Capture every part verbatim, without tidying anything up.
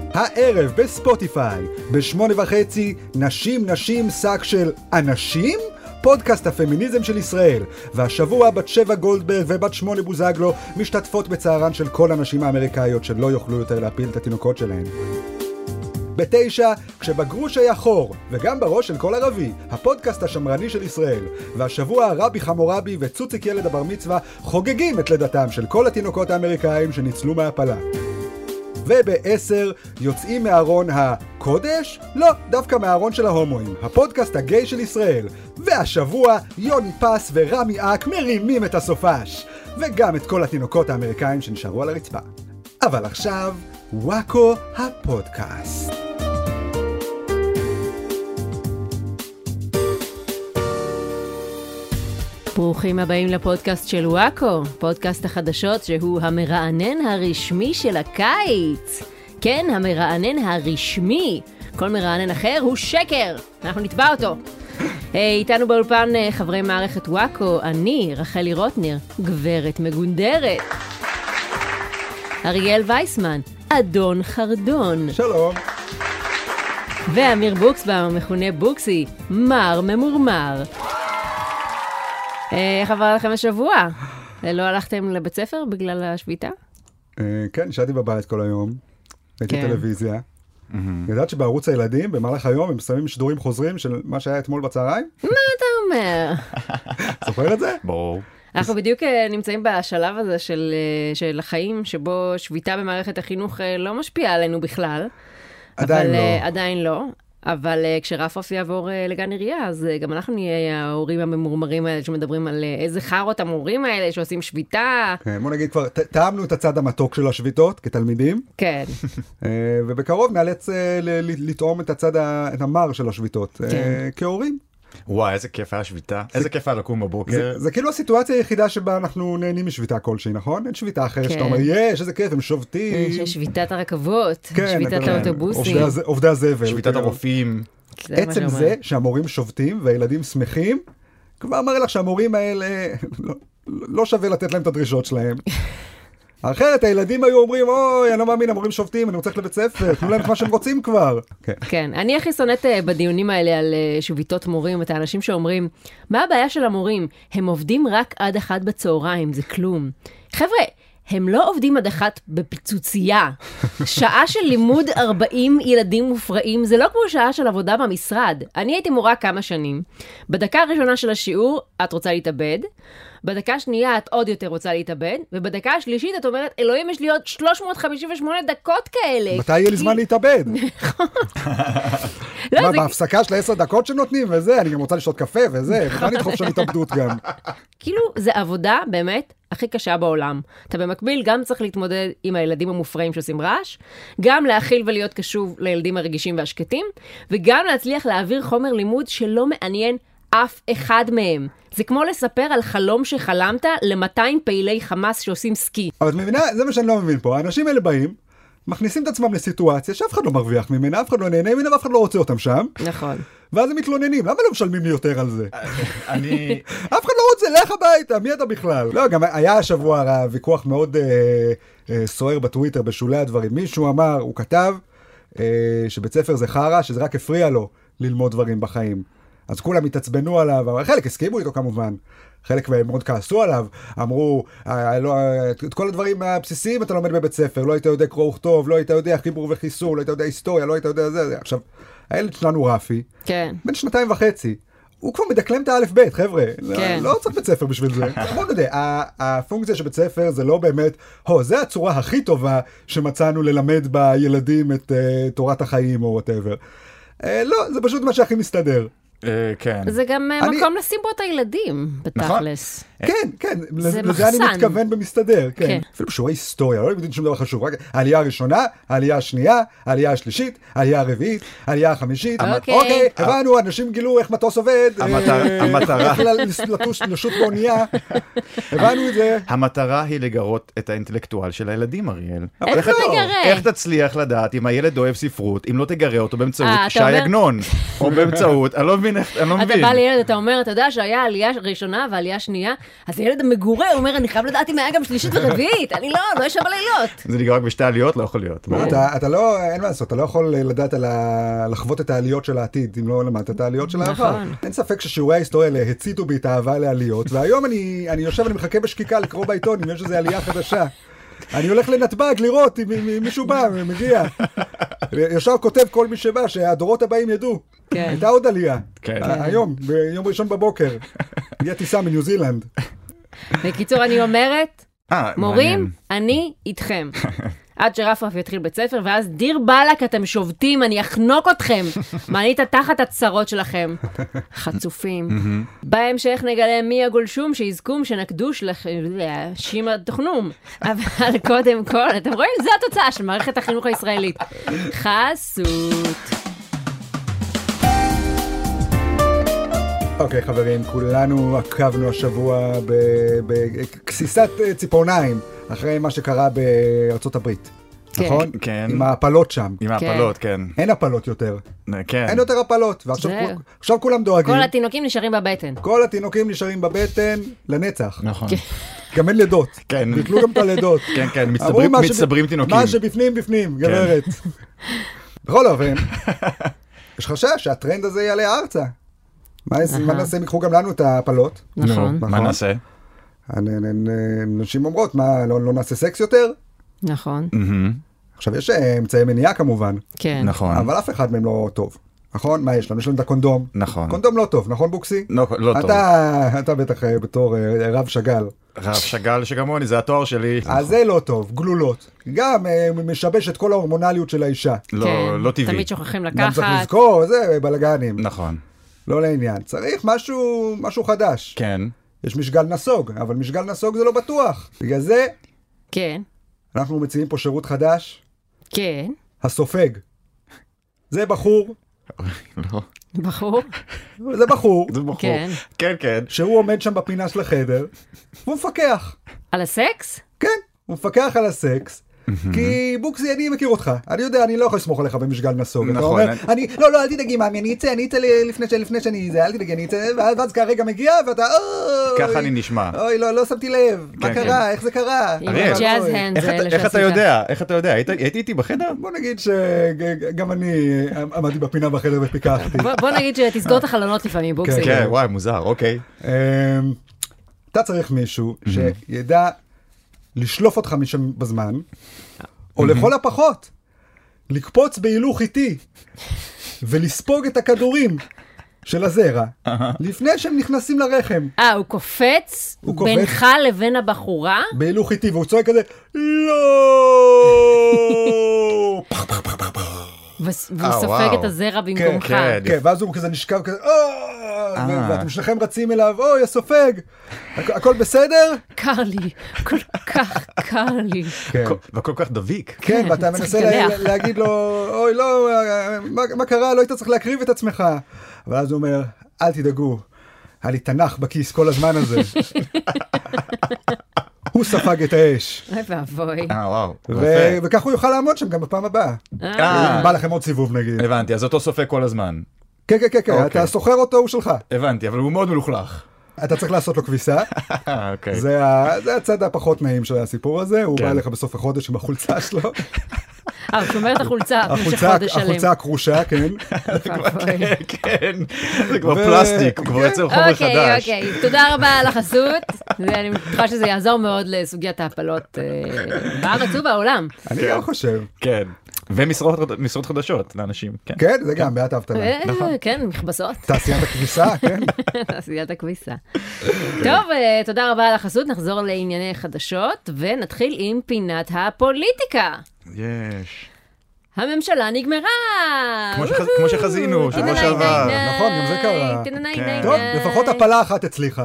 הערב בספוטיפיי, בשמונה וחצי, נשים נשים שק של אנשים? פודקאסט הפמיניזם של ישראל. והשבוע בת שבע גולדברג ובת שמונה בוזגלו משתתפות בצערן של כל הנשים האמריקאיות שלא יוכלו יותר להפיל את התינוקות שלהן. בתשע, כשבגרוש היה חור, וגם בראש של כל ערבי, הפודקאסט השמרני של ישראל. והשבוע רבי חמורבי וצוציק ילד הבר מצווה חוגגים את לידתם של כל התינוקות האמריקאים שניצלו מהפלה. ובעשר, יוצאים מהארון הקודש? לא, דווקא מהארון של ההומואים, הפודקאסט הגיי של ישראל. והשבוע, יוני פס ורמי אק מרימים את הסופש. וגם את כל התינוקות האמריקאים שנשארו על הרצפה. אבל עכשיו, וואקו הפודקאסט. ברוכים הבאים לפודקאסט של וואקו, פודקאסט החדשות שהוא המרענן הרשמי של הקיץ. כן, המרענן הרשמי. כל מרענן אחר הוא שקר. אנחנו נתבע אותו. איתנו באולפן חברי מערכת וואקו, אני, רחלי רוטנר, גברת מגונדרת. אריאל וייסמן, אדון חרדון. שלום. ואמיר בוקסבאום, מכונה בוקסי, מר ממורמר. איך עבר לכם השבוע? לא הלכתם לבית ספר בגלל השביתה? כן, נשארתי בבית כל היום. הייתי טלוויזיה. ידעת שבערוץ הילדים, במהלך היום, הם שמים שידורים חוזרים של מה שהיה אתמול בצהריים? מה אתה אומר? זוכר את זה? ברור. אנחנו בדיוק נמצאים בשלב הזה של, של החיים, שבו שביתה במערכת החינוך לא משפיעה עלינו בכלל. עדיין אבל, לא. עדיין לא. אבל uh, כשרפוף יעבור uh, לגן עירייה, אז uh, גם אנחנו נהיה ההורים הממורמרים האלה שמדברים על uh, איזה חרות המורים האלה שעושים שביתה. כן, בוא נגיד כבר, טעמנו את הצד המתוק של השביתות כתלמידים. כן. uh, ובקרוב נאלץ uh, לטעום את הצד את המר של השביתות, כן. uh, כהורים. וואי, איזה כיף היה שביתה. איזה כיף היה לקום בבוקר. זה, זה כאילו הסיטואציה היחידה שבה אנחנו נהנים משביתה כלשהי, נכון? אין שביתה אחרת כן. שאתה אומר, יש, איזה כיף, הם שובתים. יש שביתת הרכבות, כן, שביתת כן. האוטובוסים. עובדי, הז... עובדי הזבל. שביתת כאילו. הרופאים. זה עצם זה שהמורים שובתים והילדים שמחים, כבר מראה לך שהמורים האלה לא, לא שווה לתת להם את הדרישות שלהם. אחרת הילדים היו אומרים, אוי, אני לא מאמין, המורים שובתים, אני רוצה ללכת לבית ספר, תנו להם את מה שהם רוצים כבר. כן. כן, אני הכי שונאת בדיונים האלה על שביתות מורים, את האנשים שאומרים, מה הבעיה של המורים? הם עובדים רק עד אחת בצהריים, זה כלום. חבר'ה, הם לא עובדים עד אחת בפיצוצייה. שעה של לימוד ארבעים ילדים מופרעים, זה לא כמו שעה של עבודה במשרד. אני הייתי מורה כמה שנים. בדקה הראשונה של השיעור, את רוצה להתאבד. בדקה השנייה את עוד יותר רוצה להתאבד, ובדקה השלישית את אומרת, אלוהים, יש לי עוד שלוש מאות חמישים ושמונה דקות כאלה. מתי יהיה לי זמן להתאבד? מה, בהפסקה של עשר דקות שנותנים וזה, אני גם רוצה לשתות קפה וזה, ואני נדחוף של התאבדות גם. כאילו, זה עבודה באמת הכי קשה בעולם. אתה במקביל גם צריך להתמודד עם הילדים המופרעים שעושים רעש, גם להכיל ולהיות קשוב לילדים הרגישים והשקטים, וגם להצליח להעביר חומר לימוד שלא מעניין אף אחד מהם. זה כמו לספר על חלום שחלמת ל-מאתיים פעילי חמאס שעושים סקי. אבל את מבינה, זה מה שאני לא מבין פה. האנשים האלה באים, מכניסים את עצמם לסיטואציה שאף אחד לא מרוויח ממנה, אף אחד לא נהנה ממנה ואף אחד לא רוצה אותם שם. נכון. ואז הם מתלוננים, למה לא משלמים לי יותר על זה? אני... אף אחד לא רוצה, לך הביתה, מי אתה בכלל? לא, גם היה השבוע ויכוח מאוד אה, אה, סוער בטוויטר, בשולי הדברים. מישהו אמר, הוא כתב אה, שבית ספר זה חרה, שזה רק הפריע לו ללמוד דברים בחיים. אז כולם התעצבנו עליו, אבל חלק הסכימו איתו כמובן. חלק מהם מאוד כעסו עליו, אמרו, לא, את כל הדברים הבסיסיים אתה לומד בבית ספר, לא היית יודע קרוא וכתוב, לא היית יודע חיבור וחיסור, לא היית יודע היסטוריה, לא היית יודע זה, זה. עכשיו, הילד שלנו רפי, כן. בן שנתיים וחצי, הוא כבר מדקלם את האלף בית, חבר'ה, כן. לא, לא צריך בית ספר בשביל זה. בוא נדע, הפונקציה של בית ספר זה לא באמת, הו, זה הצורה הכי טובה שמצאנו ללמד בילדים את uh, תורת החיים או whatever. Uh, לא, זה פשוט מה שהכי מסתדר. כן. זה גם מקום לשים בו את הילדים, בתכלס. כן, כן, זה לזה אני מחסן. מתכוון במסתדר, כן. אפילו בשיעורי היסטוריה, לא למדים שום דבר חשוב, רק העלייה הראשונה, העלייה השנייה, העלייה השלישית, העלייה הרביעית, העלייה החמישית. אוקיי, הבנו, אנשים גילו איך מטוס עובד, המטרה. איך לטוש לשוט באונייה, הבנו את זה. המטרה היא לגרות את האינטלקטואל של הילדים, אריאל. איך לא לגרה? איך תצליח לדעת אם הילד אוהב ספרות, אם לא תגרה אותו באמצעות שי עגנון, או באמצעות, אני לא מבין, מבין איך, אני לא אתה מבין. בא לילד, אתה אומר, אתה יודע שהיה עלייה ראשונה ועלייה שנייה, אז הילד המגורה, הוא אומר, אני חייב לדעת אם היה גם שלישית ורביעית, אני לא, לא ישב בלילות. זה נגרר רק בשתי עליות, לא יכול להיות. אתה, אתה לא, אין מה לעשות, אתה לא יכול לדעת על ה... לחוות את העליות של העתיד, אם לא למדת את העליות של העבר. נכון. אין ספק ששיעורי ההיסטוריה האלה הציתו בי את האהבה לעליות, והיום אני, אני יושב ואני מחכה בשקיקה לקרוא בעיתון אם יש איזו עלייה חדשה. אני הולך לנתב"ג לראות אם, אם מישהו בא, מגיע. ישר כותב כל מי שבא, שהדורות הבאים ידעו. כן. הייתה עוד עלייה. כן. היום, ביום ראשון בבוקר. הגיעה טיסה מניו זילנד. בקיצור, אני אומרת, אה, מורים, מעניין. אני איתכם. עד שרפרף יתחיל בית ספר, ואז דיר בלק, אתם שובתים, אני אחנוק אתכם. מענית תחת הצרות שלכם. חצופים. בהמשך נגלה מי הגולשום שיזכום שנקדוש לשימה תוכנום. אבל קודם כל, אתם רואים? זו התוצאה של מערכת החינוך הישראלית. חסות. אוקיי, חברים, כולנו עקבנו השבוע בקסיסת ציפורניים, אחרי מה שקרה בארצות הברית. כן. נכון? כן. עם ההפלות שם. עם ההפלות, כן. אין הפלות יותר. כן. אין יותר הפלות. ועכשיו זהו. כול- עכשיו כולם דואגים. כל התינוקים נשארים בבטן. כל התינוקים נשארים בבטן לנצח. נכון. גם אין לידות. כן. ביטלו גם את הלידות. כן, כן, אמרו, מצטברים- מה שב- מצטברים תינוקים. מה שבפנים, בפנים, גברת. בכל אופן, יש חשש שהטרנד הזה יעלה ארצה. מה מה נעשה אם ייקחו גם לנו את ההפלות? נכון. נו, מה נעשה? נשים אומרות, מה, לא לא נעשה סקס יותר? נכון. מהמם. עכשיו, יש אה, אמצעי מניעה כמובן, כן. נכון. אבל אף אחד מהם לא טוב. נכון? מה יש לנו? יש לנו את הקונדום. נכון. קונדום לא טוב, נכון בוקסי? לא לא טוב. אתה, אתה בטח אה, בתור אה, רב שגל. רב שגל שכמוני, זה התואר שלי. אז זה לא טוב, גלולות. גם אה, משבש את כל ההורמונליות של האישה. לא כן. לא טבעי. תמיד שוכחים גם צריך לקחת. לזכור, זה בלגנים. נכון. לא לעניין. צריך משהו, משהו חדש. כן. יש משגל נסוג, אבל משגל נסוג זה לא בטוח. בגלל זה כן. אנחנו מציעים פה שירות חדש, כן. הסופג. זה בחור, לא. בחור. זה בחור, זה בחור. כן. כן, כן. שהוא עומד שם בפינה של החדר, והוא מפקח. על הסקס? כן, הוא מפקח על הסקס. כי בוקסי, אני מכיר אותך, אני יודע, אני לא יכול לסמוך עליך במשגל נסוג. אתה נכון. אומר, אני, לא, לא, אל תדאגי, מאמי, אני אצא, אני אצא לפני ש- לפני שאני זה, אל תדאגי, אני אצא, ואז כרגע מגיע, ואתה, אוי, ככה אני נשמע. אוי, לא, לא שמתי לב, מה כן, קרה, איך זה קרה? עם אריאל, הג'אז אוי. הנדס איך אתה- האלה איך אתה שעשית. יודע? איך אתה יודע? היית היית איתי בחדר? בוא נגיד שגם אני עמדתי בפינה בחדר ופיקחתי. בוא- בוא נגיד שתסגור את החלונות לפעמים, בוקסי. כן, וואי, מוזר, אוקיי. אמ, אתה צריך מישהו שידע לשלוף אותך משם בזמן, או לכל הפחות, לקפוץ בהילוך איטי, ולספוג את הכדורים של הזרע, לפני שהם נכנסים לרחם, אה, הוא קופץ הוא קופץ. בינך לבין הבחורה? בהילוך איטי, והוא צועק כזה, לא! פח, פח, פח, פח, פח. וס- והוא אה, סופג וואו. את הזרע במקומך. כן. כן, ואז הוא כזה נשכב כזה, אה. ואתם שלכם רצים אליו, אוי, הסופג, הכ- הכל בסדר? קר לי, כל כך קר לי. כן. וכל כך דביק. כן, ואתה צריך מנסה לה- לגלח. להגיד לו, אוי, לא, מה, מה קרה? לא היית צריך להקריב את עצמך. ואז הוא אומר, אל תדאגו, היה לי תנ"ך בכיס כל הזמן הזה. הוא ספג את האש. אוי ואבוי. אה, וואו. ו- יפה. וכך הוא יוכל לעמוד שם גם בפעם הבאה. אה, אם בא לכם עוד סיבוב נגיד. הבנתי, אז אותו סופג כל הזמן. כן, כן, כן, כן, אוקיי. אתה סוחר אותו, הוא שלך. הבנתי, אבל הוא מאוד מלוכלך. אתה צריך לעשות לו כביסה. אה, אוקיי. זה ה- זה הצד הפחות נעים של הסיפור הזה. הוא כן. בא אליך בסוף החודש עם החולצה שלו. אה, הוא שומר את החולצה במשך החולצה- חודש שלם. החולצה הכרושה, כן. ואבוי. כן, זה כבר ו- פלסטיק, הוא כבר כן. יוצר חומר אוקיי, חדש. אוקיי. תודה רבה על החסות. ואני בטוחה שזה יעזור מאוד לסוגיית ההפלות אה, בארץ ובעולם. אני גם חושב. כן. ומשרות משרות חדשות לאנשים. כן. כן, זה גם בעיית האבטלה. אה, כן, מכבסות. תעשיית הכביסה, כן. תעשיית הכביסה. טוב, אה, תודה רבה על החסות. נחזור לענייני חדשות, ונתחיל עם פינת הפוליטיקה. יש. הממשלה נגמרה! כמו שחז- כמו שחזינו, שבוע שעבר. נכון, גם זה קרה. כן. טוב, לפחות הפלה אחת הצליחה.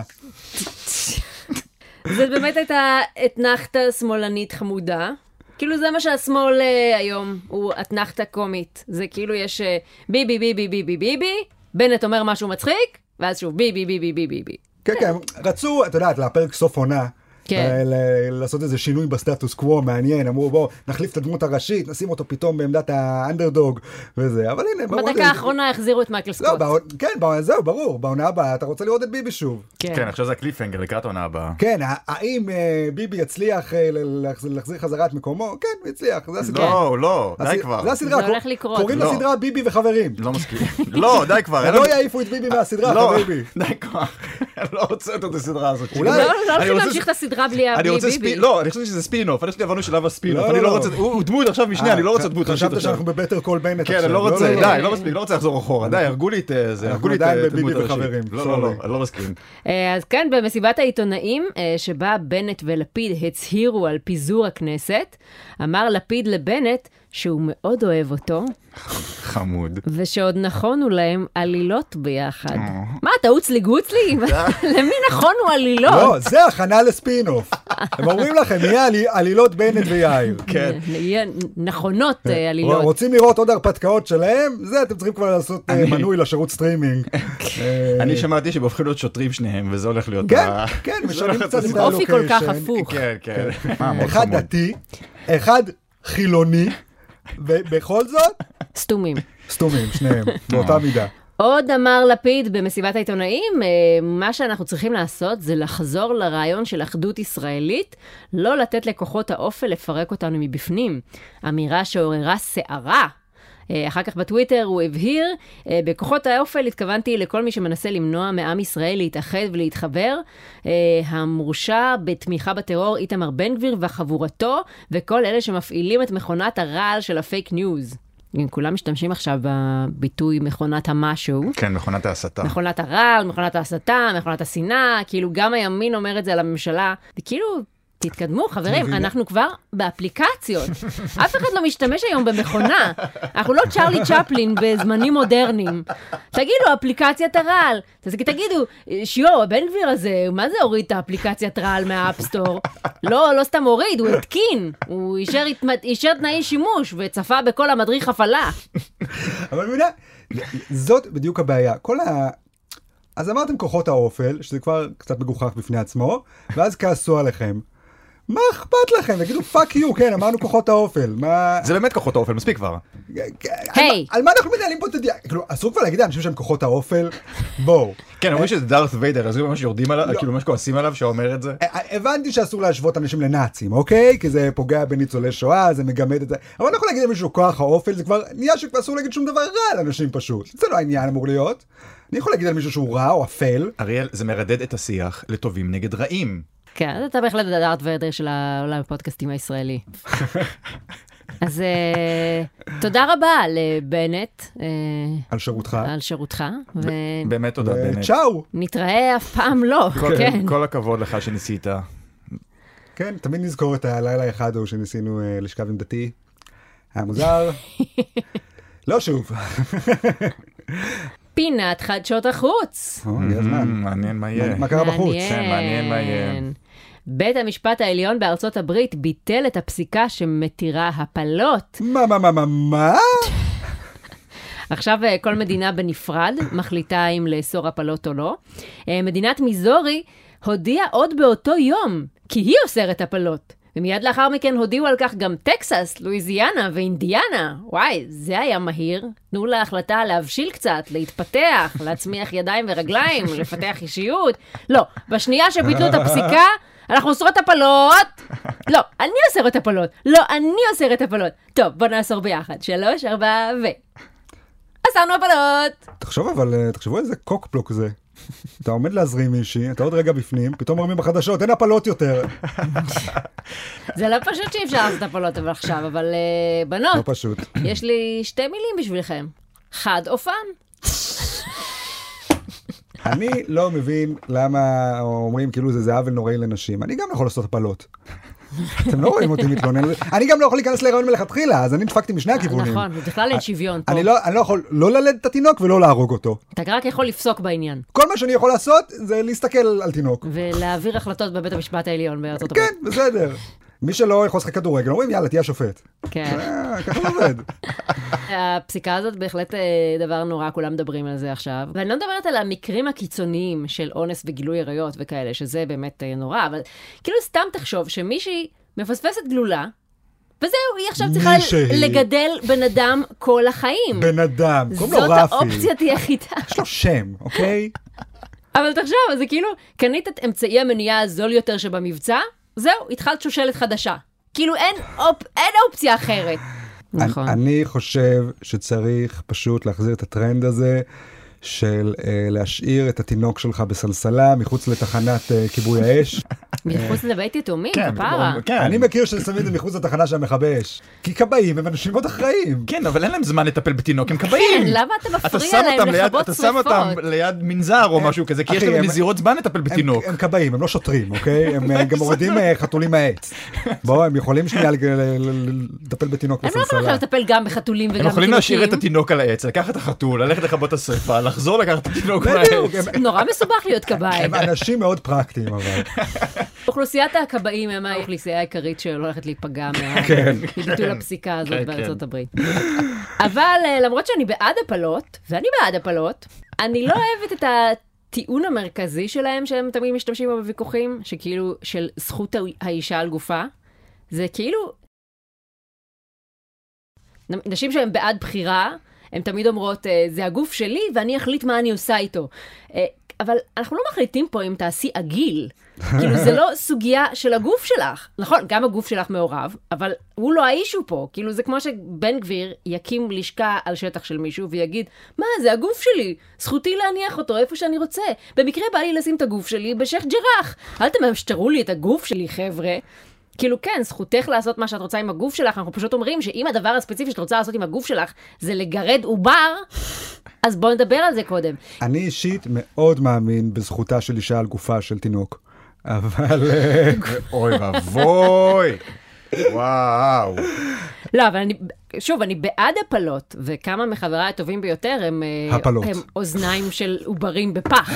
זאת באמת הייתה אתנחתה שמאלנית חמודה. כאילו זה מה שהשמאל אה, היום, הוא אתנחתה קומית. זה כאילו יש אה, ביבי ביבי ביבי ביבי, בנט אומר משהו מצחיק, ואז שוב ביבי ביבי ביבי ביבי. כן, כן, רצו, אתה יודעת, לפרק סוף עונה, כן. לעשות איזה שינוי בסטטוס קוו מעניין, אמרו בואו נחליף את הדמות הראשית, נשים אותו פתאום בעמדת האנדרדוג וזה, אבל הנה. בדקה האחרונה החזירו את מייקל סקוט. כן, זהו, ברור, בעונה הבאה אתה רוצה לראות את ביבי שוב. כן, עכשיו זה הקליפהנגר לקראת העונה הבאה. כן, האם ביבי יצליח להחזיר חזרה את מקומו? כן, הוא יצליח, זה הסדרה. לא, לא, די כבר. זה הסדרה, זה הולך לקרות. קוראים לסדרה ביבי וחברים. לא מסכים. לא, די כבר. לא יעיפו את ביבי מהסדרה, חביבי. די כבר. אני לא רוצה את הסדרה הזאת. לא הולכים להמשיך את הסדרה בלי ביבי. לא, אני חושב שזה ספין-אוף, אני חושב שעברנו שלב הספין-אוף, אני לא רוצה, הוא דמות עכשיו משני, אני לא רוצה דמות ראשית עכשיו. חשבת שאנחנו בבטר קול בנט עכשיו. כן, אני לא רוצה, די, לא מספיק, לא רוצה לחזור אחורה, די, הרגו לי את זה, הרגו לי את הדמות הראשית. לא, לא, לא, אני לא מסכים. אז כן, במסיבת העיתונאים, שבה בנט ולפיד הצהירו על פיזור הכנסת, אמר לפיד לבנט שהוא מאוד אוהב אותו. חמוד. ושעוד נכונו להם עלילות ביחד. מה, תעוץ לי גוצלי? למי נכונו עלילות? לא, זה הכנה לספין-אוף. הם אומרים לכם, יהיה עלילות בנט ויאיר. כן. יהיה נכונות עלילות. רוצים לראות עוד הרפתקאות שלהם? זה אתם צריכים כבר לעשות מנוי לשירות סטרימינג. אני שמעתי שבהופכים להיות שוטרים שניהם, וזה הולך להיות... כן, כן, משנים קצת את אופי כל כך הפוך. כן, כן. אחד דתי, אחד חילוני, ובכל זאת... סתומים. סתומים, שניהם, באותה מידה. עוד אמר לפיד במסיבת העיתונאים, מה שאנחנו צריכים לעשות זה לחזור לרעיון של אחדות ישראלית, לא לתת לכוחות האופל לפרק אותנו מבפנים. אמירה שעוררה שערה. אחר כך בטוויטר הוא הבהיר, בכוחות האופל התכוונתי לכל מי שמנסה למנוע מעם ישראל להתאחד ולהתחבר, המורשע בתמיכה בטרור איתמר בן גביר וחבורתו, וכל אלה שמפעילים את מכונת הרעל של הפייק ניוז. כולם משתמשים עכשיו בביטוי מכונת המשהו. כן, מכונת ההסתה. מכונת הרעל, מכונת ההסתה, מכונת השנאה, כאילו גם הימין אומר את זה על הממשלה, וכאילו... תתקדמו, חברים, אנחנו כבר באפליקציות. אף אחד לא משתמש היום במכונה. אנחנו לא צ'רלי צ'פלין בזמנים מודרניים. תגידו, אפליקציית הרעל. תגידו, שיו, הבן גביר הזה, מה זה הוריד את האפליקציית רעל מהאפסטור? לא, לא סתם הוריד, הוא התקין. הוא אישר תנאי שימוש וצפה בכל המדריך הפעלה. אבל מבינה, זאת בדיוק הבעיה. כל ה... אז אמרתם כוחות האופל, שזה כבר קצת מגוחך בפני עצמו, ואז כעסו עליכם. מה אכפת לכם? תגידו פאק יו, כן, אמרנו כוחות האופל. זה באמת כוחות האופל, מספיק כבר. היי. על מה אנחנו מנהלים פה את הדיוק? כאילו, אסור כבר להגיד לאנשים שהם כוחות האופל, בואו. כן, אומרים שזה דארת ויידר, אז ממש יורדים עליו, כאילו ממש כועסים עליו שאומר את זה. הבנתי שאסור להשוות אנשים לנאצים, אוקיי? כי זה פוגע בניצולי שואה, זה מגמד את זה. אבל אני יכול להגיד למישהו כוח האופל, זה כבר נהיה שאסור להגיד שום דבר רע לאנשים פשוט. זה לא העניין אמור להיות. אני יכול להגיד על מישהו שהוא רע או אפל. אריאל, זה מרדד את השיח לטובים נגד רעים. כן, אתה בהחלט דארת ויידר של העולם הפודקאסטים הישראלי. אז תודה רבה לבנט. על שירותך. על שירותך. באמת תודה, בנט. צ'או. נתראה אף פעם לא. כל הכבוד לך שניסית. כן, תמיד נזכור את הלילה האחד הוא שניסינו לשכב עם דתי. היה מוזר. לא שוב. פינת חדשות החוץ. מעניין מה יהיה. מה קרה בחוץ? מעניין מה יהיה. בית המשפט העליון בארצות הברית ביטל את הפסיקה שמתירה הפלות. מה, מה, מה, מה, מה? עכשיו כל מדינה בנפרד מחליטה אם לאסור הפלות או לא. מדינת מיזורי הודיעה עוד באותו יום, כי היא אוסרת הפלות. ומיד לאחר מכן הודיעו על כך גם טקסס, לואיזיאנה ואינדיאנה. וואי, זה היה מהיר. תנו לה החלטה להבשיל קצת, להתפתח, להצמיח ידיים ורגליים, לפתח אישיות. לא, בשנייה שביטלו את הפסיקה, אנחנו אוסרות הפלות. לא, אני אוסרת הפלות. לא, אני אוסרת הפלות. טוב, בוא נאסור ביחד. שלוש, ארבע, ו... אסרנו הפלות. תחשוב אבל, תחשבו איזה קוקפלוק זה. אתה עומד להזרים מישהי, אתה עוד רגע בפנים, פתאום מרמים בחדשות, אין הפלות יותר. זה לא פשוט שאי אפשר לעשות הפלות עכשיו, אבל בנות, לא פשוט. יש לי שתי מילים בשבילכם. חד אופן. אני לא מבין למה אומרים כאילו זה זה עוול נוראי לנשים. אני גם יכול לעשות הפלות. אתם לא רואים אותי מתלונן. אני גם לא יכול להיכנס להיריון מלכתחילה, אז אני דפקתי משני הכיוונים. נכון, בכלל אין שוויון פה. אני לא יכול לא ללד את התינוק ולא להרוג אותו. אתה רק יכול לפסוק בעניין. כל מה שאני יכול לעשות זה להסתכל על תינוק. ולהעביר החלטות בבית המשפט העליון בארצות הברית. כן, בסדר. מי שלא יכול לשחק כדורגל, אומרים, יאללה, תהיה שופט. כן. ככה לא עובד. הפסיקה הזאת בהחלט דבר נורא, כולם מדברים על זה עכשיו. ואני לא מדברת על המקרים הקיצוניים של אונס וגילוי עריות וכאלה, שזה באמת נורא, אבל כאילו סתם תחשוב שמישהי מפספסת גלולה, וזהו, היא עכשיו צריכה לגדל בן אדם כל החיים. בן אדם, קוראים לו זאת רפי. האופציית היחידה. יש לו שם, אוקיי? אבל תחשוב, זה כאילו, קנית את אמצעי המניעה הזול יותר שבמבצע, זהו, התחלת שושלת חדשה. כאילו אין, אופ, אין אופציה אחרת. נכון. אני חושב שצריך פשוט להחזיר את הטרנד הזה, של אה, להשאיר את התינוק שלך בסלסלה, מחוץ לתחנת אה, כיבוי האש. מחוץ לבית יתומים, כן, כפרה. כן. אני מכיר ששמים את זה מחוץ לתחנה של המכבי אש. כי כבאים הם אנשים מאוד אחראים. כן, אבל אין להם זמן לטפל בתינוק, הם כבאים. כן, למה אתה מפריע להם לכבות אתה שם אותם ליד מנזר או משהו כזה, כי יש להם מזירות זמן לטפל בתינוק. הם כבאים, הם לא שוטרים, אוקיי? הם גם מורידים חתולים מהעץ. בואו, הם יכולים שנייה לטפל בתינוק בסלסלה. הם לא יכולים לטפל גם בחתולים וגם הם יכולים להשאיר את התינוק על העץ, לקחת את החתול, ללכת לכבות את השריפה, לחזור לקחת את התינוק מהעץ. נורא מסובך להיות כבאי. הם אנשים מאוד פרקטיים, אבל. אוכלוסיית הכבאים הם האוכלוסייה העיקרית שלא הולכת להיפגע מביטול הפסיקה הזאת בארצות הברית. אבל למרות שאני בעד הפלות, ואני בעד הפלות, אני לא אוהבת את הטיעון המרכזי שלהם, שהם תמיד משתמשים בו בוויכוחים, שכאילו של זכות האישה על גופה. זה כאילו נשים שהם בעד בחירה, הן תמיד אומרות, זה הגוף שלי ואני אחליט מה אני עושה איתו. אבל אנחנו לא מחליטים פה אם תעשי עגיל. כאילו זה לא סוגיה של הגוף שלך. נכון, גם הגוף שלך מעורב, אבל הוא לא האישו פה. כאילו זה כמו שבן גביר יקים לשכה על שטח של מישהו ויגיד, מה, זה הגוף שלי, זכותי להניח אותו איפה שאני רוצה. במקרה בא לי לשים את הגוף שלי בשייח ג'ראח. אל תמשטרו לי את הגוף שלי, חבר'ה. כאילו כן, זכותך לעשות מה שאת רוצה עם הגוף שלך, אנחנו פשוט אומרים שאם הדבר הספציפי שאת רוצה לעשות עם הגוף שלך זה לגרד עובר, אז בואו נדבר על זה קודם. אני אישית מאוד מאמין בזכותה של אישה על גופה של תינוק, אבל... אוי ואבוי, וואו. לא, אבל אני, שוב, אני בעד הפלות, וכמה מחבריי הטובים ביותר הם, הפלות. הם אוזניים של עוברים בפח.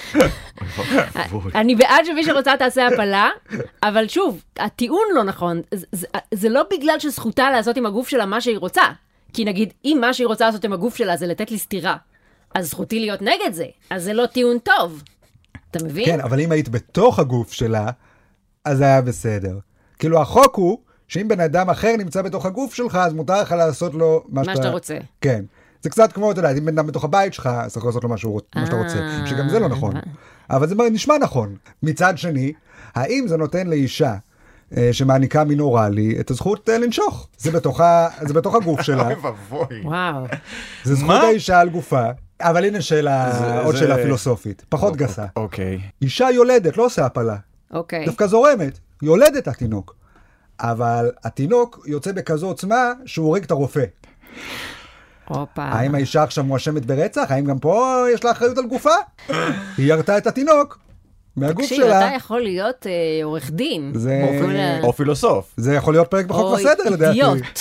אני בעד שמי שרוצה תעשה הפלה, אבל שוב, הטיעון לא נכון. זה, זה, זה לא בגלל שזכותה לעשות עם הגוף שלה מה שהיא רוצה. כי נגיד, אם מה שהיא רוצה לעשות עם הגוף שלה זה לתת לי סתירה, אז זכותי להיות נגד זה. אז זה לא טיעון טוב. אתה מבין? כן, אבל אם היית בתוך הגוף שלה, אז זה היה בסדר. כאילו, החוק הוא שאם בן אדם אחר נמצא בתוך הגוף שלך, אז מותר לך לעשות לו מה, מה שאתה רוצה. כן. זה קצת כמו, אתה יודע, אם בן אדם בתוך הבית שלך, אז אתה יכול לעשות לו מה שאתה רוצה. שגם זה לא נכון. אבל זה נשמע נכון. מצד שני, האם זה נותן לאישה שמעניקה מין אוראלי את הזכות לנשוך? זה בתוך, זה בתוך הגוף שלה. וואו. זה זכות האישה על גופה. אבל הנה שאלה, עוד שאלה פילוסופית. פחות גסה. אוקיי. אישה יולדת, לא עושה הפלה. אוקיי. דווקא זורמת. יולדת התינוק. אבל התינוק יוצא בכזו עוצמה שהוא הורג את הרופא. אופה. האם האישה עכשיו מואשמת ברצח? האם גם פה יש לה אחריות על גופה? היא ירתה את התינוק מהגוף תקשיב, שלה. אתה יכול להיות אה, עורך דין. זה... או פילוסוף. זה יכול להיות פרק בחוק וסדר, לדעתי. או אידיוט.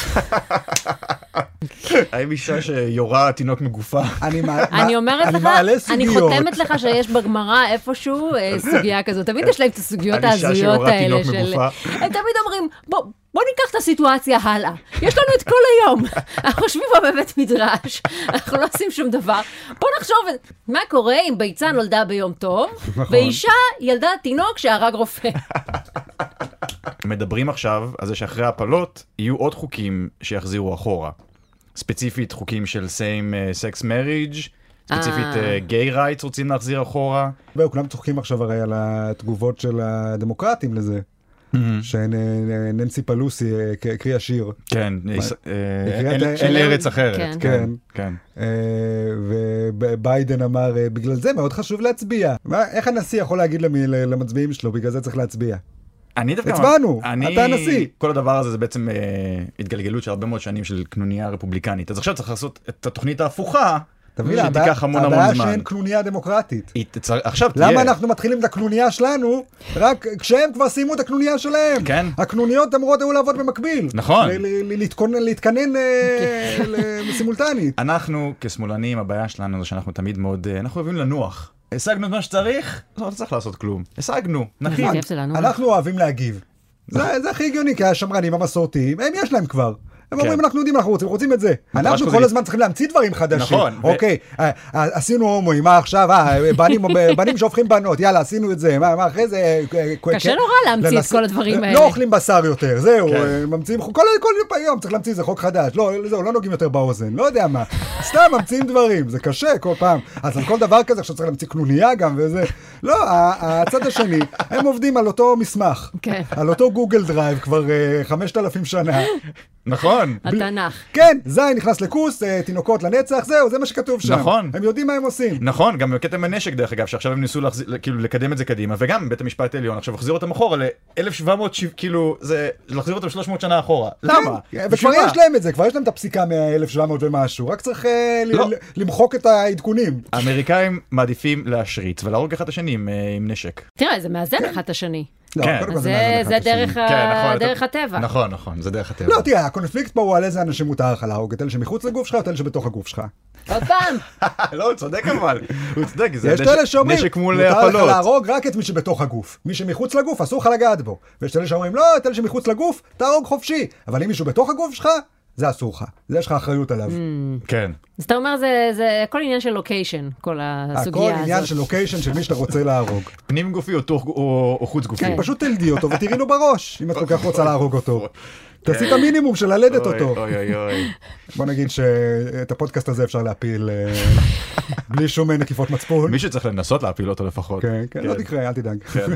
האם אישה שיורה תינוק מגופה? אני אומרת לך, אני חותמת לך שיש בגמרא איפשהו סוגיה כזאת. תמיד יש להם את הסוגיות ההזויות האלה של... הם תמיד אומרים, בוא... בוא ניקח את הסיטואציה הלאה. יש לנו את כל היום. אנחנו חושבים פה בבית מדרש. אנחנו לא עושים שום דבר. בוא נחשוב מה קורה אם ביצה נולדה ביום טוב, ואישה ילדה תינוק שהרג רופא. מדברים עכשיו על זה שאחרי הפלות יהיו עוד חוקים שיחזירו אחורה. ספציפית חוקים של same sex marriage, ספציפית gay rights רוצים להחזיר אחורה. וכולם צוחקים עכשיו הרי על התגובות של הדמוקרטים לזה. שננסי פלוסי קריאה שיר. כן, אל ארץ אחרת. כן. וביידן אמר, בגלל זה מאוד חשוב להצביע. איך הנשיא יכול להגיד למצביעים שלו, בגלל זה צריך להצביע? אני דווקא... הצבענו, אתה הנשיא. כל הדבר הזה זה בעצם התגלגלות של הרבה מאוד שנים של קנוניה רפובליקנית. אז עכשיו צריך לעשות את התוכנית ההפוכה, שתיקח המון המון זמן. הבעיה שאין קנוניה דמוקרטית. עכשיו תהיה. למה אנחנו מתחילים את הקנוניה שלנו, רק כשהם כבר סיימו את הקנוניה שלהם? כן. הקנוניות אמורות היו לעבוד במקביל. נכון. להתכנן סימולטנית. אנחנו כשמאלנים, הבעיה שלנו זה שאנחנו תמיד מאוד, אנחנו אוהבים לנוח. השגנו את מה שצריך, לא צריך לעשות כלום. השגנו, נכין. אנחנו אוהבים להגיב. זה זה הכי הגיוני, כי השמרנים המסורתיים, הם יש להם כבר. הם כן. אומרים, אנחנו יודעים, אנחנו רוצים, רוצים את זה. אנחנו שכוזית. כל הזמן צריכים להמציא דברים חדשים. נכון, ו- אוקיי, אה, אה, עשינו הומואים, מה עכשיו? אה, בנים, בנים שהופכים בנות, יאללה, עשינו את זה. מה, מה אחרי זה? אה, קשה כן. נורא להמציא את לנס- כל הדברים האלה. לא אוכלים בשר יותר, זהו, כן. אה, ממציאים, כל כל יום צריך להמציא, זה חוק חדש. לא, זהו, לא נוגעים יותר באוזן, לא יודע מה. סתם ממציאים דברים, זה קשה כל פעם. אז על כל דבר כזה, עכשיו צריך להמציא קנוניה גם וזה. לא, ה- הצד השני, הם עובדים על אותו מסמך. כן. על אותו גוגל דרייב כבר אה, חמשת אלפים שנה. נכון. התנ"ך. כן, זין נכנס לכוס, אה, תינוקות לנצח, זהו, זה מה שכתוב שם. נכון. הם יודעים מה הם עושים. נכון, גם בקטע הנשק דרך אגב, שעכשיו הם ניסו להחזיר, כאילו לקדם את זה קדימה, וגם בית המשפט העליון עכשיו החזיר אותם אחורה ל-אלף שבע מאות, כאילו, זה להחזיר אותם שלוש מאות שנה אחורה. למה? כן, וכבר בשביל מה? יש להם את זה, כבר יש להם את הפסיקה מ-אלף שבע מאות ומשהו, רק צריך אה, ל- לא. ל- למחוק את העדכונים. האמריקאים מעדיפים להשריץ ולהרוג אחד את השני עם, אה, עם נשק. תראה, זה מאזן אחד את השני. לא, כן. קודם כל זה מאזן אחד זה את השני. דרך ה- כן, נכון, דרך אתה- הטבע. נכון, נכון, זה דרך הטבע. לא, תראה, הקונפליקט פה הוא על איזה אנשים מותר לך להרוג, את אלה שמחוץ לגוף שלך או את אלה שבתוך הגוף שלך. עוד פעם. לא, הוא צודק אבל, הוא צודק, זה יש את אלה שאומרים, נשק מול מותר לך הפלות. להרוג רק את מי שבתוך הגוף. מי שמחוץ לגוף, אסור לך לגעת בו. ויש את אלה שאומרים, לא, את אלה שמחוץ לגוף, תהרוג חופשי. אבל אם מישהו בתוך הגוף שלך, זה אסור לך. זה יש לך אחריות עליו. כן. אז אתה אומר, זה- זה הכל עניין של לוקיישן, כל הכל הסוגיה עניין הזאת. של לוקיישן של מי שאתה רוצה להרוג. פנים גופי או תוך- או או חוץ גופי. כן. פשוט תלדי אותו ותראי לו בראש, אם את כל כך רוצה להרוג אותו. תעשי את המינימום של ללדת אוי, אותו. אוי אוי אוי. בוא נגיד שאת הפודקאסט הזה אפשר להפיל אה, בלי שום נקיפות מצפון. מי שצריך לנסות להפיל אותו לפחות. כן, כן, לא תקרה, אל תדאג. כן.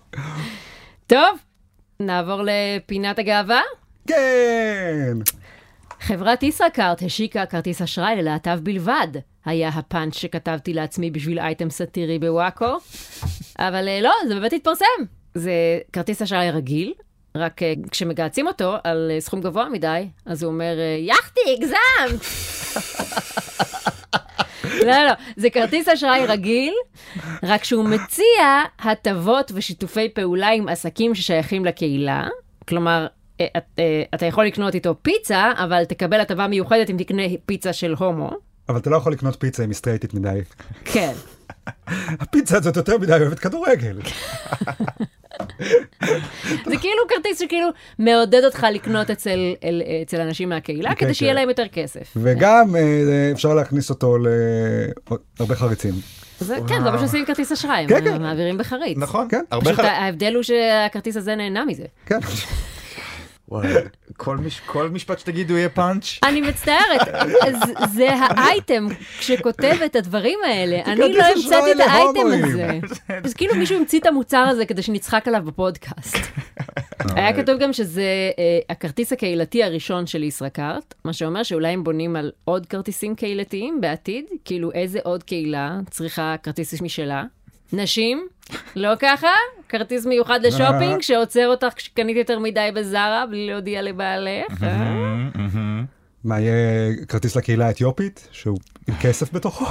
טוב, נעבור לפינת הגאווה. כן! חברת ישראכרט השיקה כרטיס אשראי ללהט"ב בלבד. היה הפאנץ' שכתבתי לעצמי בשביל אייטם סאטירי בוואקו. אבל אה, לא, זה באמת התפרסם. זה כרטיס אשראי רגיל, רק אה, כשמגעצים אותו על אה, סכום גבוה מדי, אז הוא אומר, אה, יחתי, הגזמת! לא, לא, זה כרטיס אשראי רגיל, רק שהוא מציע הטבות ושיתופי פעולה עם עסקים ששייכים לקהילה. כלומר, אה, את, אה, אתה יכול לקנות איתו פיצה, אבל תקבל הטבה מיוחדת אם תקנה פיצה של הומו. אבל אתה לא יכול לקנות פיצה עם סטרייטית מדי. כן. הפיצה הזאת יותר מדי אוהבת כדורגל. זה כאילו כרטיס שכאילו מעודד אותך לקנות אצל, אל, אצל אנשים מהקהילה, כן, כדי שיהיה כן. להם יותר כסף. וגם אה, אפשר להכניס אותו להרבה חריצים. זה, כן, זה מה שעושים עם כרטיס אשראי, כן, הם כן. מעבירים בחריץ. נכון. כן. הרבה פשוט חל... ההבדל הוא שהכרטיס הזה נהנה מזה. כן. וואי, כל מש- כל משפט שתגידו יהיה פאנץ'. אני מצטערת, אז זה האייטם שכותב את הדברים האלה. אני לא כרטיס אשראי המצאתי את האייטם להומואים. הזה. אז כאילו מישהו המציא את המוצר הזה כדי שנצחק עליו בפודקאסט. היה כתוב גם שזה אה, הכרטיס הקהילתי הראשון של ישראכרט, מה שאומר שאולי הם בונים על עוד כרטיסים קהילתיים בעתיד, כאילו איזה עוד קהילה צריכה כרטיס משלה. נשים? לא ככה? כרטיס מיוחד לשופינג שעוצר אותך כשקנית יותר מדי בזרה בלי להודיע לבעלך? אה? מה יהיה כרטיס לקהילה האתיופית, שהוא עם כסף בתוכו?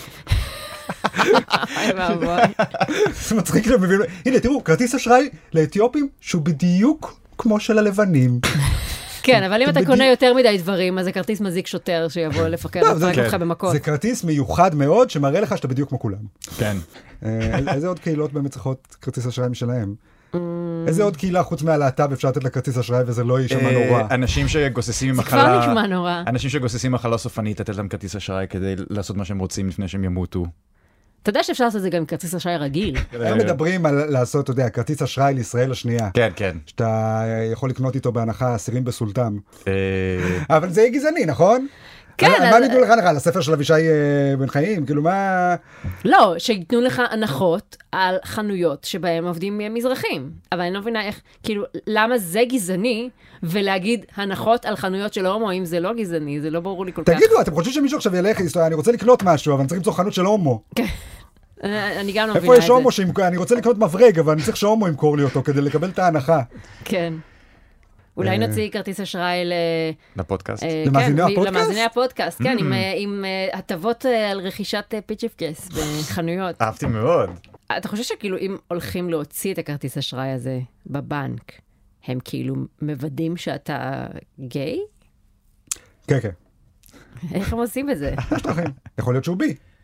אוי ואבוי. זה מצחיק שהם מביאים, הנה תראו, כרטיס אשראי לאתיופים שהוא בדיוק כמו של הלבנים. כן, אבל אם אתה בדיוק. קונה יותר מדי דברים, אז זה כרטיס מזיק שוטר שיבוא לפקד לא, זה- לפרק אותך כן. במכות. זה כרטיס מיוחד מאוד שמראה לך שאתה בדיוק כמו כולם. כן. אה, איזה עוד קהילות באמת צריכות כרטיס אשראי משלהם? איזה עוד קהילה חוץ מהלהט"ב אפשר לתת לה כרטיס אשראי וזה לא יישמע אה, נורא? אנשים שגוססים זה מחלה... כבר נשמע נורא. אנשים שגוססים מחלה סופנית, לתת להם כרטיס אשראי כדי לעשות מה שהם רוצים לפני שהם ימותו. אתה יודע שאפשר לעשות את זה גם עם כרטיס אשראי רגיל. הם מדברים על לעשות, אתה יודע, כרטיס אשראי לישראל השנייה. כן, כן. שאתה יכול לקנות איתו בהנחה אסירים בסולטם. אה, אבל זה יהיה גזעני, נכון? כן, על- על אז- מה ניתנו לך לך? על הספר של אבישי אה, בן חיים? כאילו מה... לא, שייתנו לך הנחות על חנויות שבהם עובדים מזרחים. אבל אני לא מבינה איך, כאילו, למה זה גזעני, ולהגיד הנחות על חנויות של הומואים זה לא גזעני, זה לא ברור לי כל כך. תגידו, אתם חושבים שמישהו עכשיו ילך, אני רוצה לקנות משהו, אבל אני צריך למצוא חנות של הומו. אה, אני גם לא מבינה איפה את זה. יש הומו שימכור? אני רוצה לקנות מברג, אבל אני צריך שהומו ימכור לי אותו כדי לקבל את ההנחה. כן. אולי נוציא כרטיס אשראי ל... לפודקאסט. אה, למאזיני כן, הפודקאסט? למאזיני הפודקאסט, כן, עם, אה, עם אה, הטבות אה, על רכישת אה, פיצ'יפקס בחנויות. אהבתי מאוד. אתה חושב שכאילו אם הולכים להוציא את הכרטיס אשראי הזה בבנק, הם כאילו מוודאים שאתה גיי? כן, כן. איך הם עושים את זה? יש דרכים. יכול להיות שהוא בי.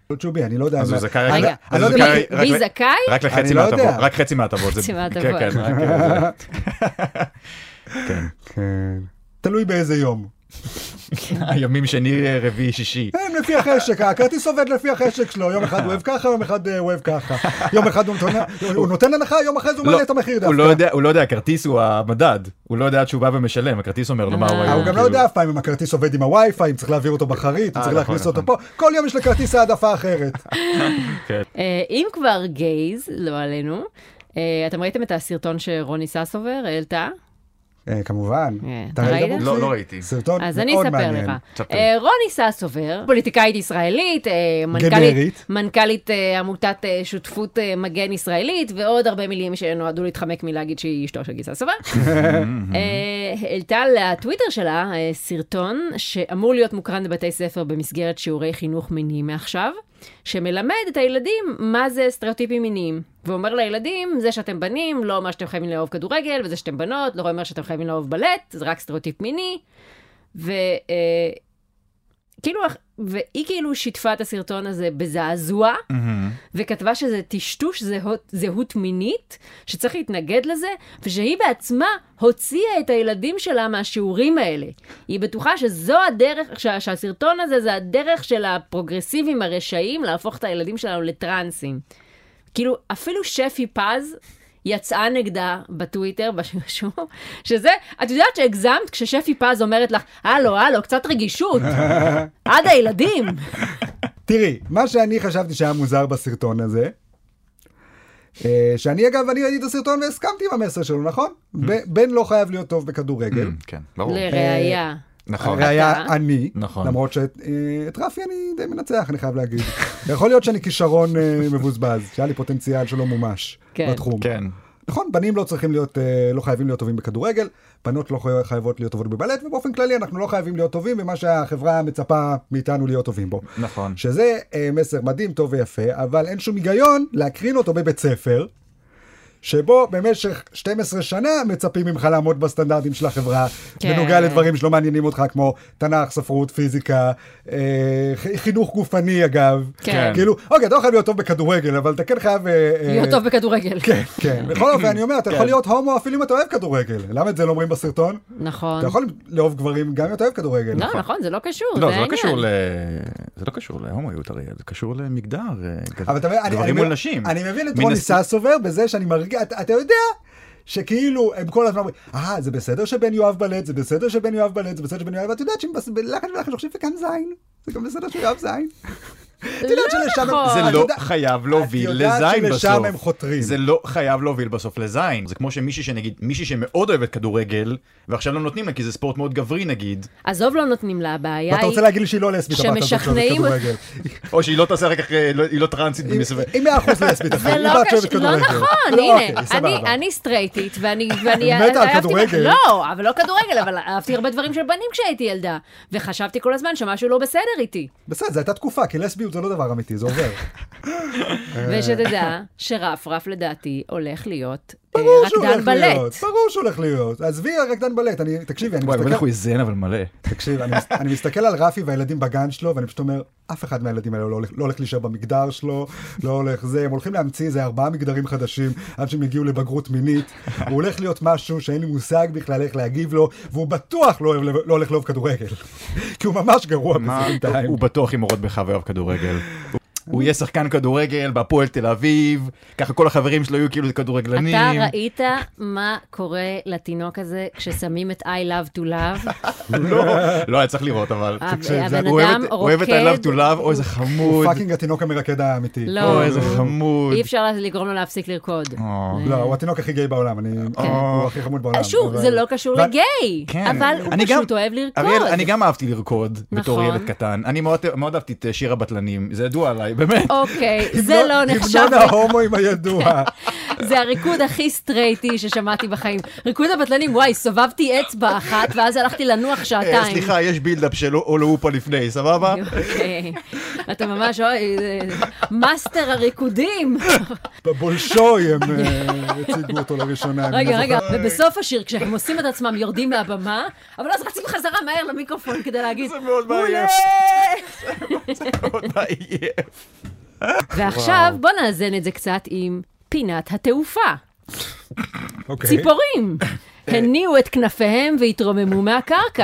צ'ובי, אני לא יודע. אז הוא זכאי רק... רגע, אז הוא זכאי רק- מי זכאי? רק לחצי אני לא מהטבות, יודע. רק חצי מהטבות. זה- חצי מהטבות. כן, כן, רק... אה, זה- כן. כן. תלוי באיזה יום. הימים שני, רביעי, שישי. הם לפי החשק, הכרטיס עובד לפי החשק שלו, יום אחד הוא אוהב ככה, יום אחד הוא אוהב ככה. יום אחד הוא נותן- הוא נותן הנחה, יום אחרי זה הוא מעלה את המחיר הוא לא דווקא. יודע, הוא לא יודע, הכרטיס הוא המדד. הוא לא יודע שהוא בא ומשלם, הכרטיס אומר לו מה הוא אה, היום. הוא גם לא יודע אף פעם אם הכרטיס עובד עם הווי-פיי, אם צריך להעביר אותו בחרית, אם אה, צריך נכון, להכניס אותו נכון. פה. כל יום יש לכרטיס העדפה אחרת. אה, אם כבר גייז, לא עלינו, אה, אתם ראיתם את הסרטון שרוני ססובר העלתה? אה, כמובן. אה, אתה אתה ראית ראית? בוקסי? לא, לא ראיתי. סרטון אז אני מאוד אספר מעניין. לך. תספר. אה, רוני ססובר, פוליטיקאית ישראלית, אה, מנכ"לית- גנרית. מנכ"לית אה, עמותת אה, שותפות אה, מגן ישראלית, ועוד הרבה מילים שנועדו להתחמק מלהגיד שהיא אשתו של גיל ססובר. אה, העלתה לטוויטר שלה אה, סרטון שאמור להיות מוקרן בבתי ספר במסגרת שיעורי חינוך מיני מעכשיו, שמלמד את הילדים מה זה סטריאוטיפים מיניים. ואומר לילדים, זה שאתם בנים לא אומר שאתם חייבים לאהוב כדורגל, וזה שאתם בנות לא אומר שאתם חייבים לאהוב בלט, זה רק סטריאוטיפ מיני. ו... אה, כאילו, והיא כאילו שיתפה את הסרטון הזה בזעזוע, וכתבה שזה טשטוש זהות, זהות מינית, שצריך להתנגד לזה, ושהיא בעצמה הוציאה את הילדים שלה מהשיעורים האלה. היא בטוחה שזו הדרך, שה, שהסרטון הזה זה הדרך של הפרוגרסיבים הרשעים להפוך את הילדים שלנו לטרנסים. כאילו, אפילו שפי פז יצאה נגדה בטוויטר, בשום, שזה, את יודעת שהגזמת כששפי פז אומרת לך, הלו, הלו, קצת רגישות, עד הילדים. תראי, מה שאני חשבתי שהיה מוזר בסרטון הזה, אה, שאני אגב, אני ראיתי את הסרטון והסכמתי עם המסר שלו, נכון? ב- בן לא חייב להיות טוב בכדורגל. כן, ברור. לראיה. נכון. הראיה אתה? אני, נכון. למרות שאת אה, את רפי אני די מנצח, אני חייב להגיד. יכול להיות שאני כישרון אה, מבוזבז, שהיה לי פוטנציאל שלא מומש כן. בתחום. כן. נכון, בנים לא צריכים להיות, אה, לא חייבים להיות טובים בכדורגל, בנות לא חי- חייבות להיות טובות בבלט, ובאופן כללי אנחנו לא חייבים להיות טובים במה שהחברה מצפה מאיתנו להיות טובים בו. נכון. שזה אה, מסר מדהים, טוב ויפה, אבל אין שום היגיון להקרין אותו בבית ספר, שבו במשך שתים עשרה שנה מצפים ממך לעמוד בסטנדרטים של החברה, כן. בנוגע לדברים שלא מעניינים אותך, כמו תנ"ך, ספרות, פיזיקה, אה, ח- חינוך גופני אגב. כן. כאילו, אוקיי, אתה לא חייב להיות טוב בכדורגל, אבל אתה כן חייב... אה, אה, להיות טוב בכדורגל. כן, כן. בכל אופן, אני אומר, אתה יכול להיות הומו אפילו אם אתה אוהב כדורגל. למה את זה לא אומרים בסרטון? נכון. אתה יכול לאהוב גברים גם אם אתה אוהב כדורגל. לא, נכון, זה לא קשור, לא, זה זה לא העניין. קשור ל... זה לא קשור להומואיות הרי, זה קשור למגדר. אה, אבל אתה מבין, אני- גברים אני- מול נשים. אני מבין את מן רוני הס- ססובר בזה שאני מרגיע, אתה אתה יודע שכאילו הם כל הזמן אומרים, אה, זה בסדר שבן יואב בלט, זה בסדר שבן יואב בלט, זה בסדר שבן יואב, ואת יודעת שבלחץ ולחץ חושבים וכאן זין, זה גם בסדר שיואב זין. את יודעת שלשם הם- נכון. זה את לא יודע- חייב להוביל את יודעת לזין בסוף. שלשם הם חותרים. זה לא חייב להוביל בסוף לזין. זה כמו שמישהי שנגיד, מישהי שמאוד אוהבת כדורגל, ועכשיו לא נותנים לה כי זה ספורט מאוד גברי נגיד, עזוב, לא נותנים לה, הבעיה ואתה היא... רוצה להגיד לי שהיא לא לסבית, הבת הזאת של שמשכנעים- כדורגל. או שהיא לא תעשה רק אחרי, לא- היא לא טרנסית היא- במסווה. היא מאה אחוז לסבית, אחי, זה היא לא בת שאוהבת קשור, לא כדורגל. נכון, לא, הנה, אוקיי, סבבה. אני- אני סטרייטית, ואני... ואני מתה על אהבתי- כדורגל. לא, אבל לא כדורגל, אבל אהבתי הרבה דברים של בנים כשהייתי ילדה, וחשבתי כל הזמן שמשהו לא בסדר איתי. בסדר, זו הייתה תקופה, כי לסביות זה לא דבר אמיתי, זה עובר. ושתדע שרפרף לדעתי הולך להיות אה, ברור שהוא רקדן הולך להיות, בלט. ברור שהוא הולך להיות. עזבי הרקדן בלט, אני, תקשיבי, אני וואי, מסתכל... בטח הוא איזן אבל מלא. תקשיב, אני, מס- אני מסתכל על רפי והילדים בגן שלו, ואני פשוט אומר, אף אחד מהילדים האלה לא הולך, לא הולך להישאר במגדר שלו, לא הולך זה, הם הולכים להמציא איזה ארבעה מגדרים חדשים, עד שהם יגיעו לבגרות מינית, הוא הולך להיות משהו שאין לי מושג בכלל איך להגיב לו, והוא בטוח לא, אוהב, לא הולך לאהוב כדורגל, כי הוא ממש גרוע מה? בינתיים. הוא בטוח ימרוד בך ואוהב כדורגל. הוא יהיה שחקן כדורגל בהפועל תל אביב, ככה כל החברים שלו יהיו כאילו כדורגלנים. אתה ראית מה קורה לתינוק הזה כששמים את I love to love? לא, לא היה צריך לראות אבל. תקשיב, זה- הבן הוא אוהב אדם את- הוא אוהב את I love רוקד, to love, אוי איזה הוא חמוד. פאקינג התינוק המרקד האמיתי. לא. אוי איזה חמוד. אי אפשר לגרום לו להפסיק לרקוד. או. לא, הוא התינוק הכי גיי בעולם, אני, הוא הכי חמוד בעולם. שוב, אבל- זה לא קשור ו- לגיי, כן. אבל הוא אני פשוט גם- אוהב לרקוד. אריאל, אני גם אהבתי לרקוד בתור נכון. ילד קטן. אני מאוד מאוד אהבתי את שיר הבטלנים, זה ידוע עליי, באמת. אוקיי, זה לא נחשב. המנון ההומואים הידוע. זה הריקוד הכי סטרייטי ששמעתי בחיים. ריקוד הבטלנים, וואי, סובבתי אצבע אחת, ואז הלכתי לנוח אה, שעתיים. סליחה, יש בילדאפ של אולאופה לפני, סבבה? אוקיי. אתה ממש, אוי, זה- מאסטר הריקודים. בבולשוי הם אה, הציגו אותו לראשונה. אני רגע, לא רגע, זוכר. ובסוף השיר, כשהם עושים את עצמם, יורדים מהבמה, אבל אז רצים חזרה מהר למיקרופון כדי להגיד, זה מאוד "מעולה!" מעייף. זה מאוד מעייף. ועכשיו בוא נאזן את זה קצת עם פינת התעופה. אוקיי. ציפורים, הניעו את כנפיהם והתרוממו מהקרקע.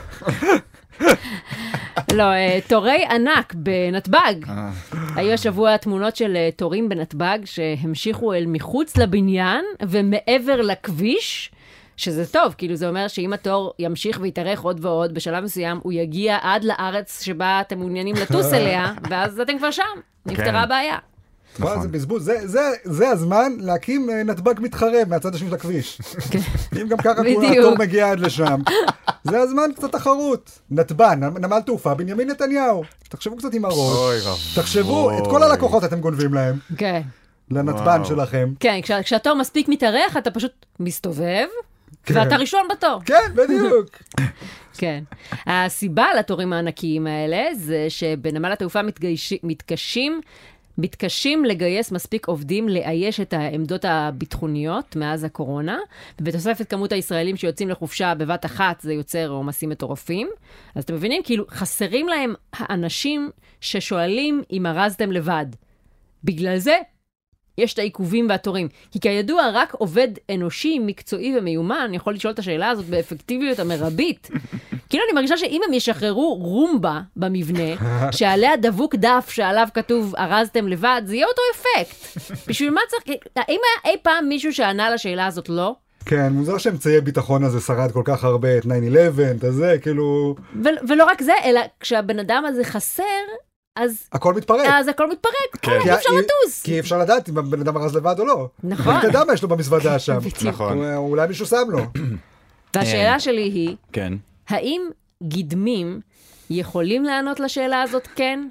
לא, תורי ענק בנתב"ג. היו השבוע תמונות של תורים בנתב"ג שהמשיכו אל מחוץ לבניין ומעבר לכביש, שזה טוב, כאילו זה אומר שאם התור ימשיך ויתארך עוד ועוד, בשלב מסוים הוא יגיע עד לארץ שבה אתם מעוניינים לטוס אליה, ואז אתם כבר שם, נפתרה הבעיה. וואו, זה בזבוז, זה, זה, זה הזמן להקים נתב"ג מתחרה מהצד השני של הכביש. אם גם ככה התור מגיע עד לשם. זה הזמן קצת תחרות. נתב"ג, נמל תעופה, בנימין נתניהו. תחשבו קצת עם הראש. תחשבו, את כל הלקוחות אתם גונבים להם. כן. לנתב"ג שלכם. כן, כשהתור מספיק מתארך, אתה פשוט מסתובב, ואתה ראשון בתור. כן, בדיוק. כן. הסיבה לתורים הענקיים האלה זה שבנמל התעופה מתקשים מתקשים לגייס מספיק עובדים לאייש את העמדות הביטחוניות מאז הקורונה, ובתוספת כמות הישראלים שיוצאים לחופשה בבת אחת זה יוצר עומסים מטורפים. אז אתם מבינים, כאילו חסרים להם האנשים ששואלים אם ארזתם לבד. בגלל זה יש את העיכובים והתורים. כי כידוע, רק עובד אנושי, מקצועי ומיומן יכול לשאול את השאלה הזאת באפקטיביות המרבית. כאילו אני מרגישה שאם הם ישחררו רומבה במבנה, שעליה דבוק דף שעליו כתוב ארזתם לבד, זה יהיה אותו אפקט. בשביל מה צריך... האם היה אי פעם מישהו שענה לשאלה הזאת לא? כן, מוזר שאמצעי ביטחון הזה שרד כל כך הרבה, את תשע אחת עשרה, את זה, כאילו... ו- ולא רק זה, אלא כשהבן אדם הזה חסר, אז... הכל מתפרק. אז הכל מתפרק, כן. אי אפשר לטוס. כי אי אפשר לדעת אם הבן אדם ארז לבד או לא. נכון. אתה יודע מה יש לו במזוודה שם. נכון. אולי מישהו שם לו. והשאלה שלי היא, כן. האם גדמים יכולים לענות לשאלה הזאת כן?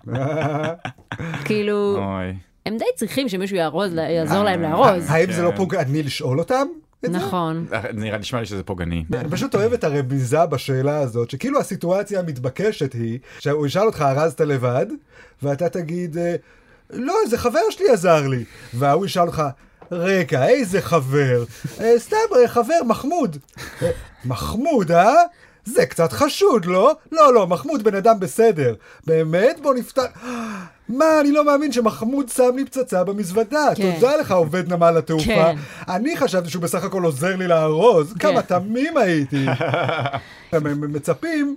כאילו, הם די צריכים שמישהו יעזור להם לארוז. האם זה לא פוגעני לשאול אותם? נכון. נראה נשמע לי שזה פוגעני. אני פשוט אוהב את הרמיזה בשאלה הזאת, שכאילו הסיטואציה המתבקשת היא, שהוא ישאל אותך, ארזת לבד, ואתה תגיד, לא, זה חבר שלי עזר לי. והוא ישאל אותך, רגע, איזה חבר? סתם, חבר, מחמוד. מחמוד, אה? זה קצת חשוד, לא? לא, לא, מחמוד בן אדם בסדר. באמת? בוא נפתח... מה, אני לא מאמין שמחמוד שם לי פצצה במזוודה. כן. תודה לך, עובד נמל התעופה. כן. אני חשבתי שהוא בסך הכל עוזר לי לארוז. כן. כמה תמים הייתי. הם מצפים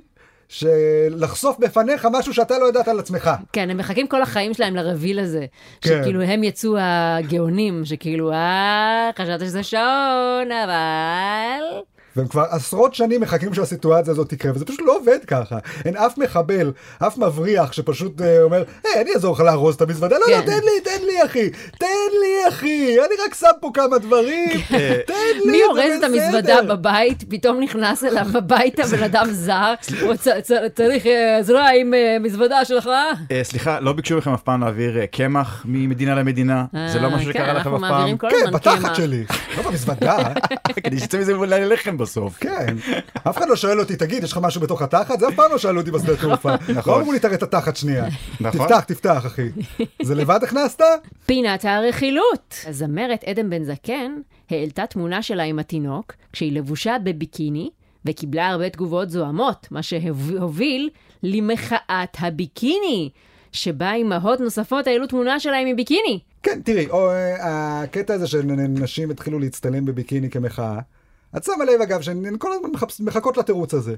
שלחשוף בפניך משהו שאתה לא יודעת על עצמך. כן, הם מחכים כל החיים שלהם לרביל הזה. כן. שכאילו הם יצאו הגאונים, שכאילו, אה, חשבת שזה שעון, אבל... והם כבר עשרות שנים מחכים שהסיטואציה הזאת תקרה, וזה פשוט לא עובד ככה. אין אף מחבל, אף מבריח שפשוט אה, אומר, היי, אני אעזור לך לארוז את המזוודה. לא, לא, תן לי, תן לי, אחי. תן לי, אחי. אני רק שם פה כמה דברים. תן לי, מי אורז את המזוודה בבית, פתאום נכנס אליו בבית הבן אדם זר, צריך עזרה עם מזוודה שלך? סליחה, לא ביקשו לכם אף פעם להעביר קמח ממדינה למדינה? זה לא משהו שקרה לכם אף פעם? כן, בתחת שלי. לא במזוודה. כדי שצא מזה אולי ללחם בסוף. כן. אף אחד לא שואל אותי, תגיד, יש לך משהו בתוך התחת? זה אף פעם לא שאלו אותי בשדה תעופה. לא אמרו לי תראה את התחת שנייה. תפתח, תפתח, אחי. זה לבד הכנסת? פינת הרכילות. הזמרת עדן בן זקן העלתה תמונה שלה עם התינוק, כשהיא לבושה בביקיני, וקיבלה הרבה תגובות זוהמות, מה שהוביל למחאת הביקיני, שבה אימהות נוספות העלו תמונה שלהם עם ביקיני. כן, תראי, הקטע הזה שנשים התחילו להצטלם בביקיני כמחאה, את שמה לב אגב שהן כל הזמן מחכות לתירוץ הזה.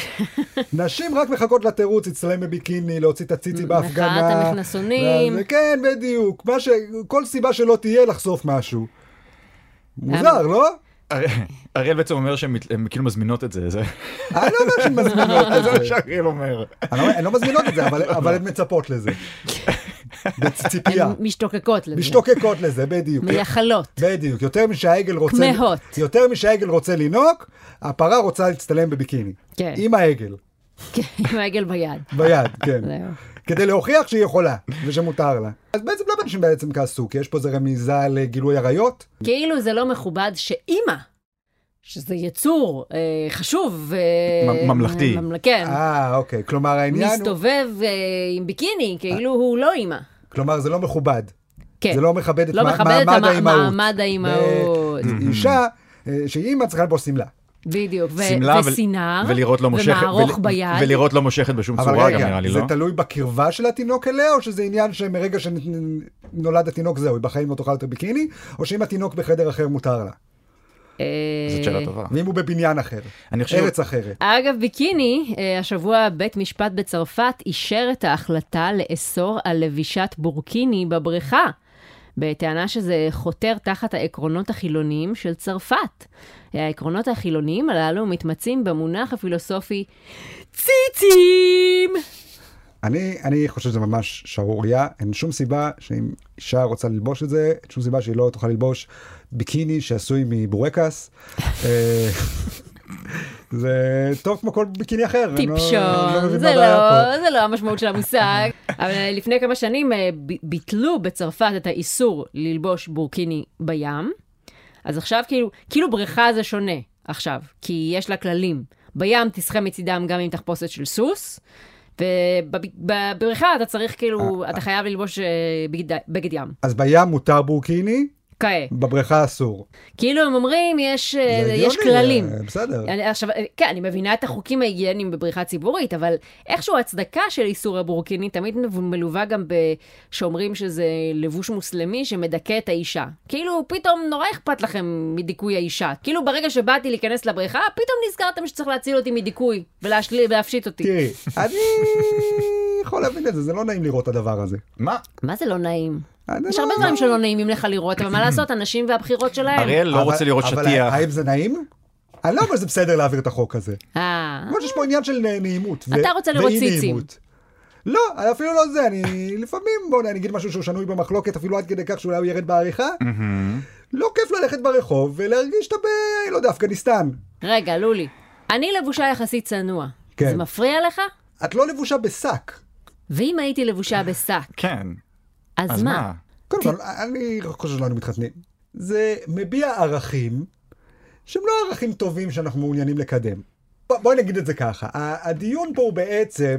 נשים רק מחכות לתירוץ, להצטלם בביקיני, להוציא את הציצי בהפגנה. מחאת המכנסונים. כן, בדיוק. כל סיבה שלא תהיה לחשוף משהו. מוזר, לא? אריאל בעצם אומר שהן כאילו מזמינות את זה. אני לא אומר שהן מזמינות את זה. זה מה שאריאל אומר. הן לא מזמינות את זה, אבל הן מצפות לזה. בציפייה. הן משתוקקות לזה. משתוקקות לזה, בדיוק. מייחלות. בדיוק. יותר משהעגל רוצה... כמהות. יותר משהעגל רוצה לינוק, הפרה רוצה להצטלם בביקיני. כן. עם העגל. כן, עם העגל ביד. ביד, כן. כדי להוכיח שהיא יכולה, ושמותר לה. אז בעצם לא אנשים בעצם כעסו, כי יש פה איזה רמיזה לגילוי עריות. כאילו זה לא מכובד שאימא, שזה יצור אה, חשוב. אה, ממלכתי. ממל... כן. אה, אוקיי. כלומר העניין מסתובב הוא... אה, עם ביקיני, כאילו הוא לא אימא. כלומר זה לא מכובד. כן. זה לא מכבד את לא מה... מכבד מעמד את האימהות. מעמד האימהות. אישה שהיא אימא צריכה לבוא שמלה. בדיוק, ו- שמלה וסינר, ולראות לא מושכת, ומערוך ול- ביד. ולראות לא מושכת בשום צורה, אבל גם נראה רגע, לי, זה לא? תלוי בקרבה של התינוק אליה, או שזה עניין שמרגע שנולד התינוק זהו, היא בחיים לא תאכל יותר ביקיני, או שאם התינוק בחדר אחר מותר לה? זאת שאלה טובה. ואם הוא בבניין אחר, אני חושב- ארץ אחרת. אגב, ביקיני, אה, השבוע בית משפט בצרפת אישר את ההחלטה לאסור על לבישת בורקיני בבריכה, בטענה שזה חותר תחת העקרונות החילוניים של צרפת. העקרונות החילוניים הללו מתמצאים במונח הפילוסופי ציצים! אני, אני חושב שזה ממש שערוריה, אין שום סיבה שאם אישה רוצה ללבוש את זה, אין שום סיבה שהיא לא תוכל ללבוש ביקיני שעשוי מבורקס. אה, זה טוב כמו כל ביקיני אחר. אני לא- טיפשון, לא מבין זה מה הבעיה פה. לא, זה לא המשמעות של המושג. אבל לפני כמה שנים אה, ב- ביטלו בצרפת את האיסור ללבוש בורקיני בים. אז עכשיו כאילו, כאילו בריכה זה שונה עכשיו, כי יש לה כללים. בים תשחה מצידם גם עם תחפושת של סוס, ובבריכה אתה צריך כאילו, אתה חייב ללבוש אה, בגד, בגד ים. אז בים מותר בורקיני, כאלה. בבריכה אסור. כאילו הם אומרים, יש, אה, זה יש הגיוני, כללים. אה, בסדר. אני, עכשיו, כן, אני מבינה את החוקים ההיגייניים בבריכה ציבורית, אבל איכשהו הצדקה של איסור הבורקיני תמיד מלווה גם שאומרים שזה לבוש מוסלמי שמדכא את האישה. כאילו, פתאום נורא אכפת לכם מדיכוי האישה. כאילו, ברגע שבאתי להיכנס לבריכה, פתאום נזכרתם שצריך להציל אותי מדיכוי ולהשלי, ולהפשיט אותי. תראי, אני יכול להבין את זה, זה לא נעים לראות את הדבר הזה. מה? מה זה לא נעים? אני יש לא- הרבה דברים שלא נעימים לך לראות, אבל מה לעשות, אנשים והבחירות שלהם. אריאל לא אבל- רוצה לראות אבל שטיח. האם זה נעים? אני לא אומר שזה בסדר להעביר את החוק הזה. אה, כמו שיש פה עניין של נעימות. ו- אתה רוצה לראות ואי ציצים. נעימות. לא, אפילו לא זה, אני לפעמים, בואו אני אגיד משהו שהוא שנוי במחלוקת, אפילו עד כדי כך שאולי הוא ירד בעריכה. לא כיף ללכת ברחוב ולהרגיש שאתה ב... לא יודע, אפגניסטן. רגע, לולי. אני לבושה יחסית צנוע. כן. זה מפריע לך? את לא לבושה בשק. ואם הייתי לבושה בשק, כן. אז אז מה? מה? קודם כל, אני חושב שלא היינו מתחתנים. זה מביע ערכים שהם לא ערכים טובים שאנחנו מעוניינים לקדם. בוא, בואי נגיד את זה ככה. ה- הדיון פה הוא בעצם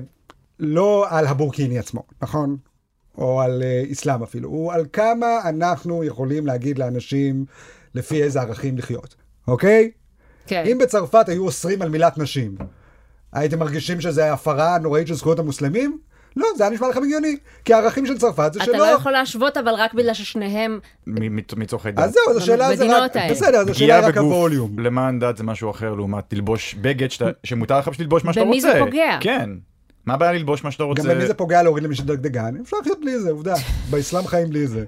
לא על הבורקיני עצמו, נכון? או על uh, אסלאם אפילו. הוא על כמה אנחנו יכולים להגיד לאנשים לפי איזה ערכים לחיות. אוקיי? כן. אם בצרפת היו אוסרים על מילת נשים, הייתם מרגישים שזה הפרה נוראית של זכויות המוסלמים? לא, זה היה נשמע לכם הגיוני. כי הערכים של צרפת זה אתה שלא... לא יכול להשוות, אבל רק בגלל ששניהם... מ- מ- מצורכי דת. אז זהו, אז השאלה זה רק... במדינות האלה. בסדר, אז השאלה פגיעה היא רק בגוף הווליום. למען דת זה משהו אחר לעומת ללבוש בגד שאתה- שמותר לך פשוט ללבוש מה שאתה רוצה. במי זה פוגע? כן. מה הבעיה ללבוש מה שאתה רוצה? גם במי זה פוגע להוריד למי שדגדגן? אפשר לחיות בלי זה, עובדה. באסלאם חיים בלי זה.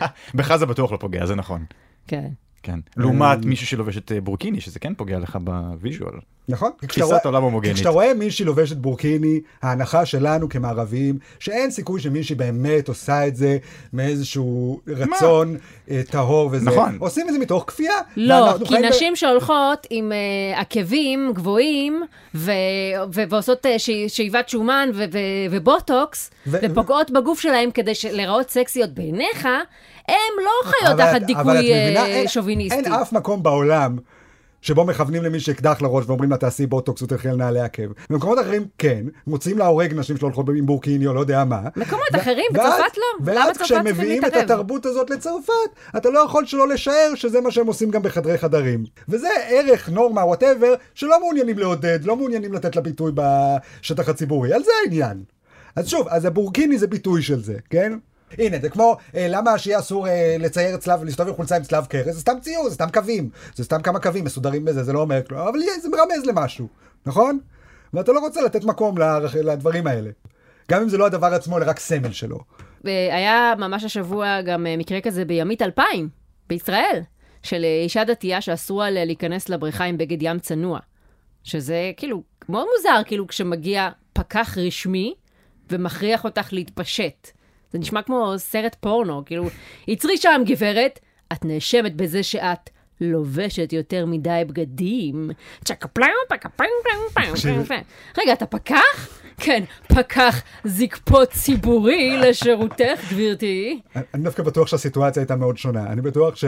בך זה בטוח לא פוגע, זה נכון. כן. כן. לעומת מישהו שלובש את אה, בורקיני, שזה כן פוגע לך בוויז'ואל. נכון? כי כשאתה תפיסת רואה- עולם הומוגנית. כי כשאתה רואה מישהי לובשת בורקיני, ההנחה שלנו כמערבים, שאין סיכוי שמישהי באמת עושה את זה מאיזשהו רצון אה, טהור וזה. נכון. עושים את זה מתוך כפייה. לא, ואנחנו כי חיים ב- נשים שהולכות עם uh, עקבים גבוהים ו- ו- ועושות uh, ש- שאיבת שומן ו- ו- ובוטוקס, ו- ופוגעות בגוף שלהם כדי ש- להיראות סקסיות בעיניך, הם לא חיות אבל תחת את- אבל את דיכוי מבינה, uh, אין- שוביניסטי. אין אף מקום בעולם שבו מכוונים למי שאקדח לראש ואומרים לה תעשי בוטוקס ותלכי על נעלי עקב. במקומות אחרים כן, מוצאים להורג נשים שהולכות עם בורקיני או לא יודע מה. מקומות ו- אחרים, ואז- בצרפת לא. למה ואז צרפת צריכים כשמביאים את להתערב? התרבות הזאת לצרפת, אתה לא יכול שלא לשער שזה מה שהם עושים גם בחדרי חדרים. וזה ערך, נורמה, whatever, שלא מעוניינים לעודד, לא מעוניינים לתת לה ביטוי בשטח הציבורי. על זה העניין. אז שוב, אז הבורקיני זה ביטוי של זה, כן? הנה, זה כמו, אה, למה שיהיה אסור אה, לצייר צלב, להסתובב עם חולצה עם צלב קרס? זה סתם ציור, זה סתם קווים. זה סתם כמה קווים מסודרים בזה, זה לא אומר כלום, אבל זה מרמז למשהו, נכון? ואתה לא רוצה לתת מקום לערכ- לדברים האלה. גם אם זה לא הדבר עצמו, אלא רק סמל שלו. היה ממש השבוע גם אה, מקרה כזה בימית אלפיים, בישראל, של אה, אישה דתייה שאסרו עליה להיכנס לבריכה עם בגד ים צנוע. שזה כאילו מאוד מוזר, כאילו כשמגיע פקח רשמי ומכריח אותך להתפשט. זה נשמע כמו סרט פורנו, כאילו, יצרי שם גברת, את נאשמת בזה שאת לובשת יותר מדי בגדים. צ'קפלאו, פקפלאו, פלאו, פלאו, פלאו. רגע, אתה פקח? כן, פקח זקפות ציבורי לשירותך, גברתי. אני דווקא בטוח שהסיטואציה הייתה מאוד שונה. אני בטוח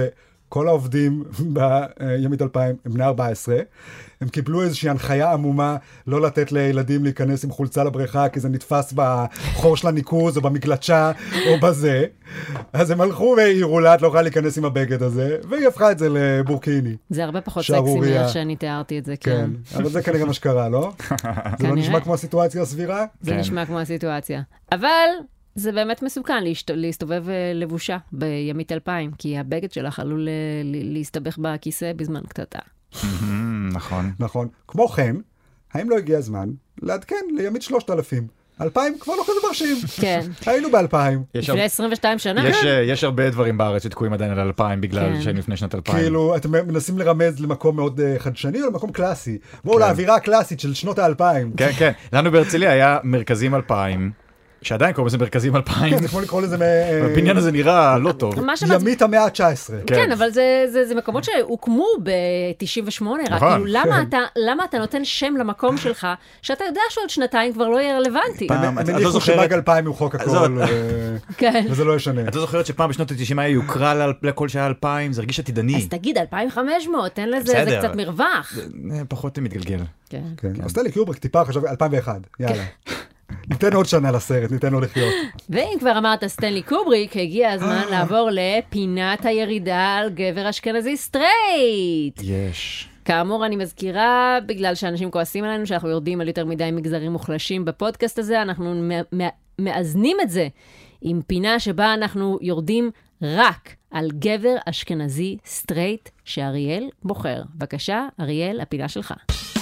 כל העובדים בימית אלפיים הם בני ארבע עשרה, הם קיבלו איזושהי הנחיה עמומה לא לתת לילדים להיכנס עם חולצה לבריכה, כי זה נתפס בחור של הניקוז או במגלצ'ה או בזה. אז הם הלכו והעירו לה, את לא יכולה להיכנס עם הבגד הזה, והיא הפכה את זה לבורקיני. זה הרבה פחות סקסי מאיך שאני תיארתי את זה, כן. אבל זה כנראה מה שקרה, לא? זה לא נשמע כמו הסיטואציה הסבירה? זה נשמע כמו הסיטואציה. אבל זה באמת מסוכן להסתובב לבושה בימית אלפיים, כי הבגד שלך עלול להסתבך בכיסא בזמן קטטה. נכון. נכון. כמו כן, האם לא הגיע הזמן לעדכן לימית שלושת אלפים? אלפיים כבר לא כזה מרשים. כן. היינו באלפיים. לפני עשרים ושתיים שנה. יש הרבה דברים בארץ שתקועים עדיין על אלפיים, בגלל שהיינו לפני שנת אלפיים. כאילו, אתם מנסים לרמז למקום מאוד חדשני או למקום קלאסי? בואו לאווירה הקלאסית של שנות האלפיים. כן, כן. לנו בהרצליה היה מרכזים אלפיים. שעדיין קוראים לזה מרכזים אלפיים. כן, זה כמו לקרוא לזה... הבניין הזה נראה לא טוב. ימית המאה ה-תשע עשרה. כן, אבל זה מקומות שהוקמו ב-תשעים ושמונה, רק כאילו, למה אתה נותן שם למקום שלך, שאתה יודע שעוד שנתיים כבר לא יהיה רלוונטי? הם הניחו שבאג אלפיים הוא חוק הכל, וזה לא ישנה. את לא זוכרת שפעם בשנות ה-תשעים היה יוקרה לכל שעה אלפיים, זה הרגיש עתידני. אז תגיד, אלפיים וחמש מאות, תן לזה, זה קצת מרווח. פחות מתגלגל. כן. אז תן לי קיובריק טיפה, חשבתי אלפיים ואחת, יאללה. ניתן עוד שנה לסרט, ניתן לו לחיות. ואם כבר אמרת סטנלי קובריק, הגיע הזמן לעבור לפינת הירידה על גבר אשכנזי סטרייט. יש. כאמור, אני מזכירה, בגלל שאנשים כועסים עלינו, שאנחנו יורדים על יותר מדי מגזרים מוחלשים בפודקאסט הזה, אנחנו מאזנים את זה עם פינה שבה אנחנו יורדים רק על גבר אשכנזי סטרייט שאריאל בוחר. בבקשה, אריאל, הפינה שלך.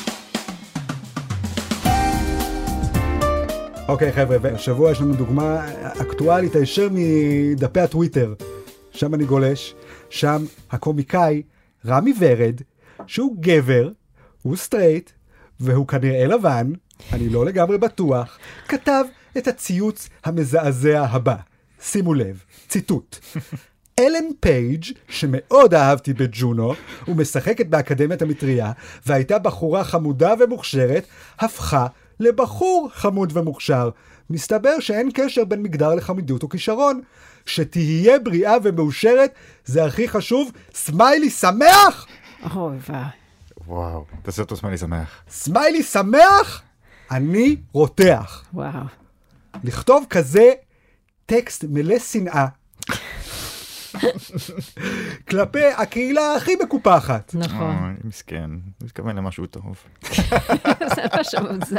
אוקיי, חבר'ה, השבוע יש לנו דוגמה אקטואלית הישר מדפי הטוויטר. שם אני גולש. שם הקומיקאי רמי ורד, שהוא גבר, הוא סטרייט, והוא כנראה לבן, אני לא לגמרי בטוח, כתב את הציוץ המזעזע הבא. שימו לב, ציטוט. אלן פייג' שמאוד אהבתי בג'ונו, ומשחקת באקדמיית המטריה, והייתה בחורה חמודה ומוכשרת, הפכה לבחור חמוד ומוכשר. מסתבר שאין קשר בין מגדר לחמודיות וכישרון. שתהיה בריאה ומאושרת, זה הכי חשוב. סמיילי שמח! אוי וואי. וואו, תעשה אותו סמיילי שמח. סמיילי שמח? אני רותח. וואו. לכתוב כזה טקסט מלא שנאה. כלפי הקהילה הכי מקופחת. נכון. מסכן, הוא מתכוון למשהו טוב. זה משהו מוזר.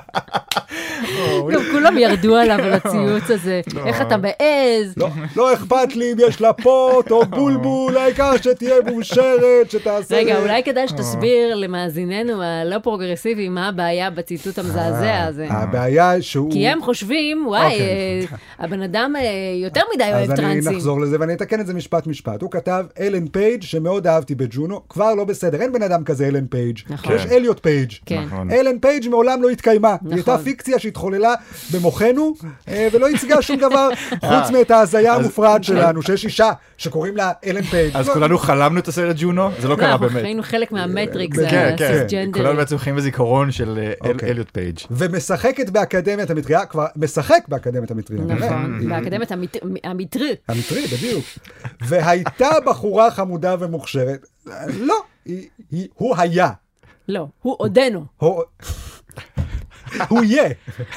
גם כולם ירדו עליו על הציוץ הזה. איך אתה מעז? לא אכפת לי אם יש לה פוט או בולבול, העיקר שתהיה מאושרת, שתעשה... רגע, אולי כדאי שתסביר למאזיננו הלא פרוגרסיבי מה הבעיה בציטוט המזעזע הזה. הבעיה שהוא... כי הם חושבים, וואי, הבן אדם יותר מדי אוהב טרנסים. אז אני נחזור לזה ואני אתקן את זה משפט משפט. הוא כתב אלן פייג' שמאוד אהבתי בג'ונו, כבר לא בסדר, אין בן אדם כזה אלן פייג'. יש אליוט פייג'. אלן פייג' מעולם לא התקיימה. היא הייתה פיקציה שהתחוללה במוחנו, ולא הציגה שום דבר חוץ מאת ההזיה המופרעת שלנו, שיש אישה שקוראים לה אלן פייג'. אז כולנו חלמנו את הסרט ג'ונו? זה לא קרה באמת. אנחנו חיינו חלק מהמטריקס הסיסג'נדרי. כולנו בעצם חיים בזיכרון של אליוט פייג'. ומשחקת באקדמיית המטריה, כבר משחק באקדמיית המטריה. נכון, באקדמיית המטרי. המטרי, בדיוק. והייתה בחורה חמודה ומוכשרת. לא, הוא היה. לא, הוא עודנו. הוא יהיה.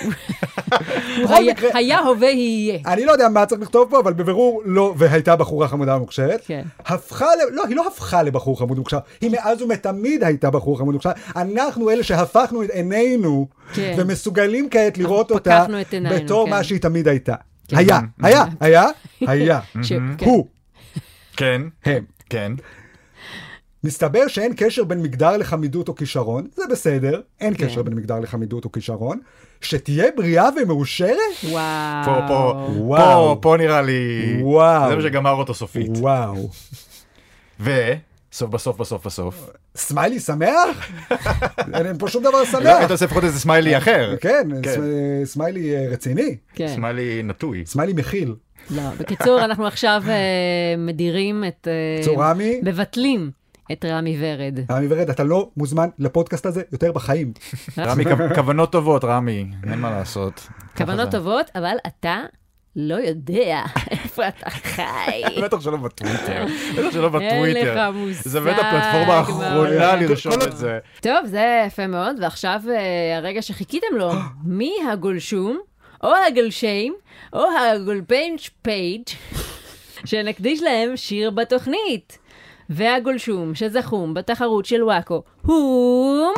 היה הווה יהיה. אני לא יודע מה צריך לכתוב פה, אבל בבירור לא, והייתה בחורה חמודה ומוכשרת. הפכה, לא, היא לא הפכה לבחור חמוד ומוכשר, היא מאז ומתמיד הייתה בחור חמוד ומוכשר. אנחנו אלה שהפכנו את עינינו, ומסוגלים כעת לראות אותה בתור מה שהיא תמיד הייתה. היה, היה, היה, היה. הוא. כן. הם. כן. מסתבר שאין קשר בין מגדר לחמידות או כישרון, זה בסדר, אין קשר בין מגדר לחמידות או כישרון, שתהיה בריאה ומאושרת? וואו. פה, פה, פה, פה נראה לי, וואו. זה מה שגמר אותו סופית. וואו. וסוף בסוף בסוף בסוף. סמיילי שמח? אין פה שום דבר שמח. לא, היית עושה לפחות איזה סמיילי אחר. כן, סמיילי רציני. סמיילי נטוי. סמיילי מכיל. לא, בקיצור, אנחנו עכשיו מדירים את... צור רמי? מבטלים. את רמי ורד. רמי ורד, אתה לא מוזמן לפודקאסט הזה יותר בחיים. רמי, כוונות טובות, רמי, אין מה לעשות. כוונות טובות, אבל אתה לא יודע איפה אתה חי. בטח שלא בטוויטר. בטח שלא בטוויטר. אין לך מושג. זה באמת הפלטפורמה האחרונה לרשום את זה. טוב, זה יפה מאוד, ועכשיו הרגע שחיכיתם לו, מי הגולשום, או הגלשיים, או הגולפנץ' פייג' שנקדיש להם שיר בתוכנית. והגולשום שזכום בתחרות של וואקו, הום...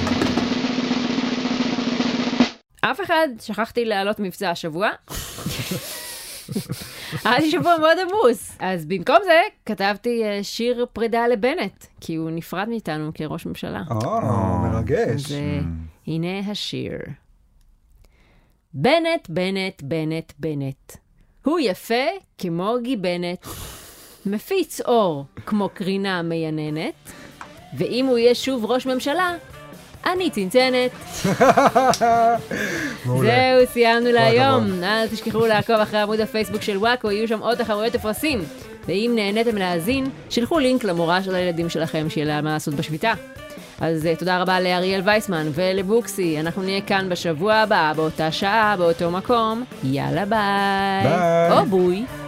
אף אחד, שכחתי להעלות מבצע השבוע. היה לי שבוע מאוד עמוס. אז במקום זה, כתבתי שיר פרידה לבנט, כי הוא נפרד מאיתנו כראש ממשלה. או, מרגש. אז הנה השיר. בנט, בנט, בנט, בנט. הוא יפה כמו גיבנת. מפיץ אור כמו קרינה מייננת. ואם הוא יהיה שוב ראש ממשלה, אני צנצנת. זהו, סיימנו להיום. אל תשכחו לעקוב אחרי עמוד הפייסבוק של וואקו, יהיו שם עוד תחרויות ופרסים. ואם נהניתם להאזין, שלחו לינק למורה של הילדים שלכם שיהיה לה מה לעשות בשביתה. אז תודה רבה לאריאל וייסמן ולבוקסי. אנחנו נהיה כאן בשבוע הבא, באותה שעה, באותו מקום. יאללה ביי. ביי. או בוי.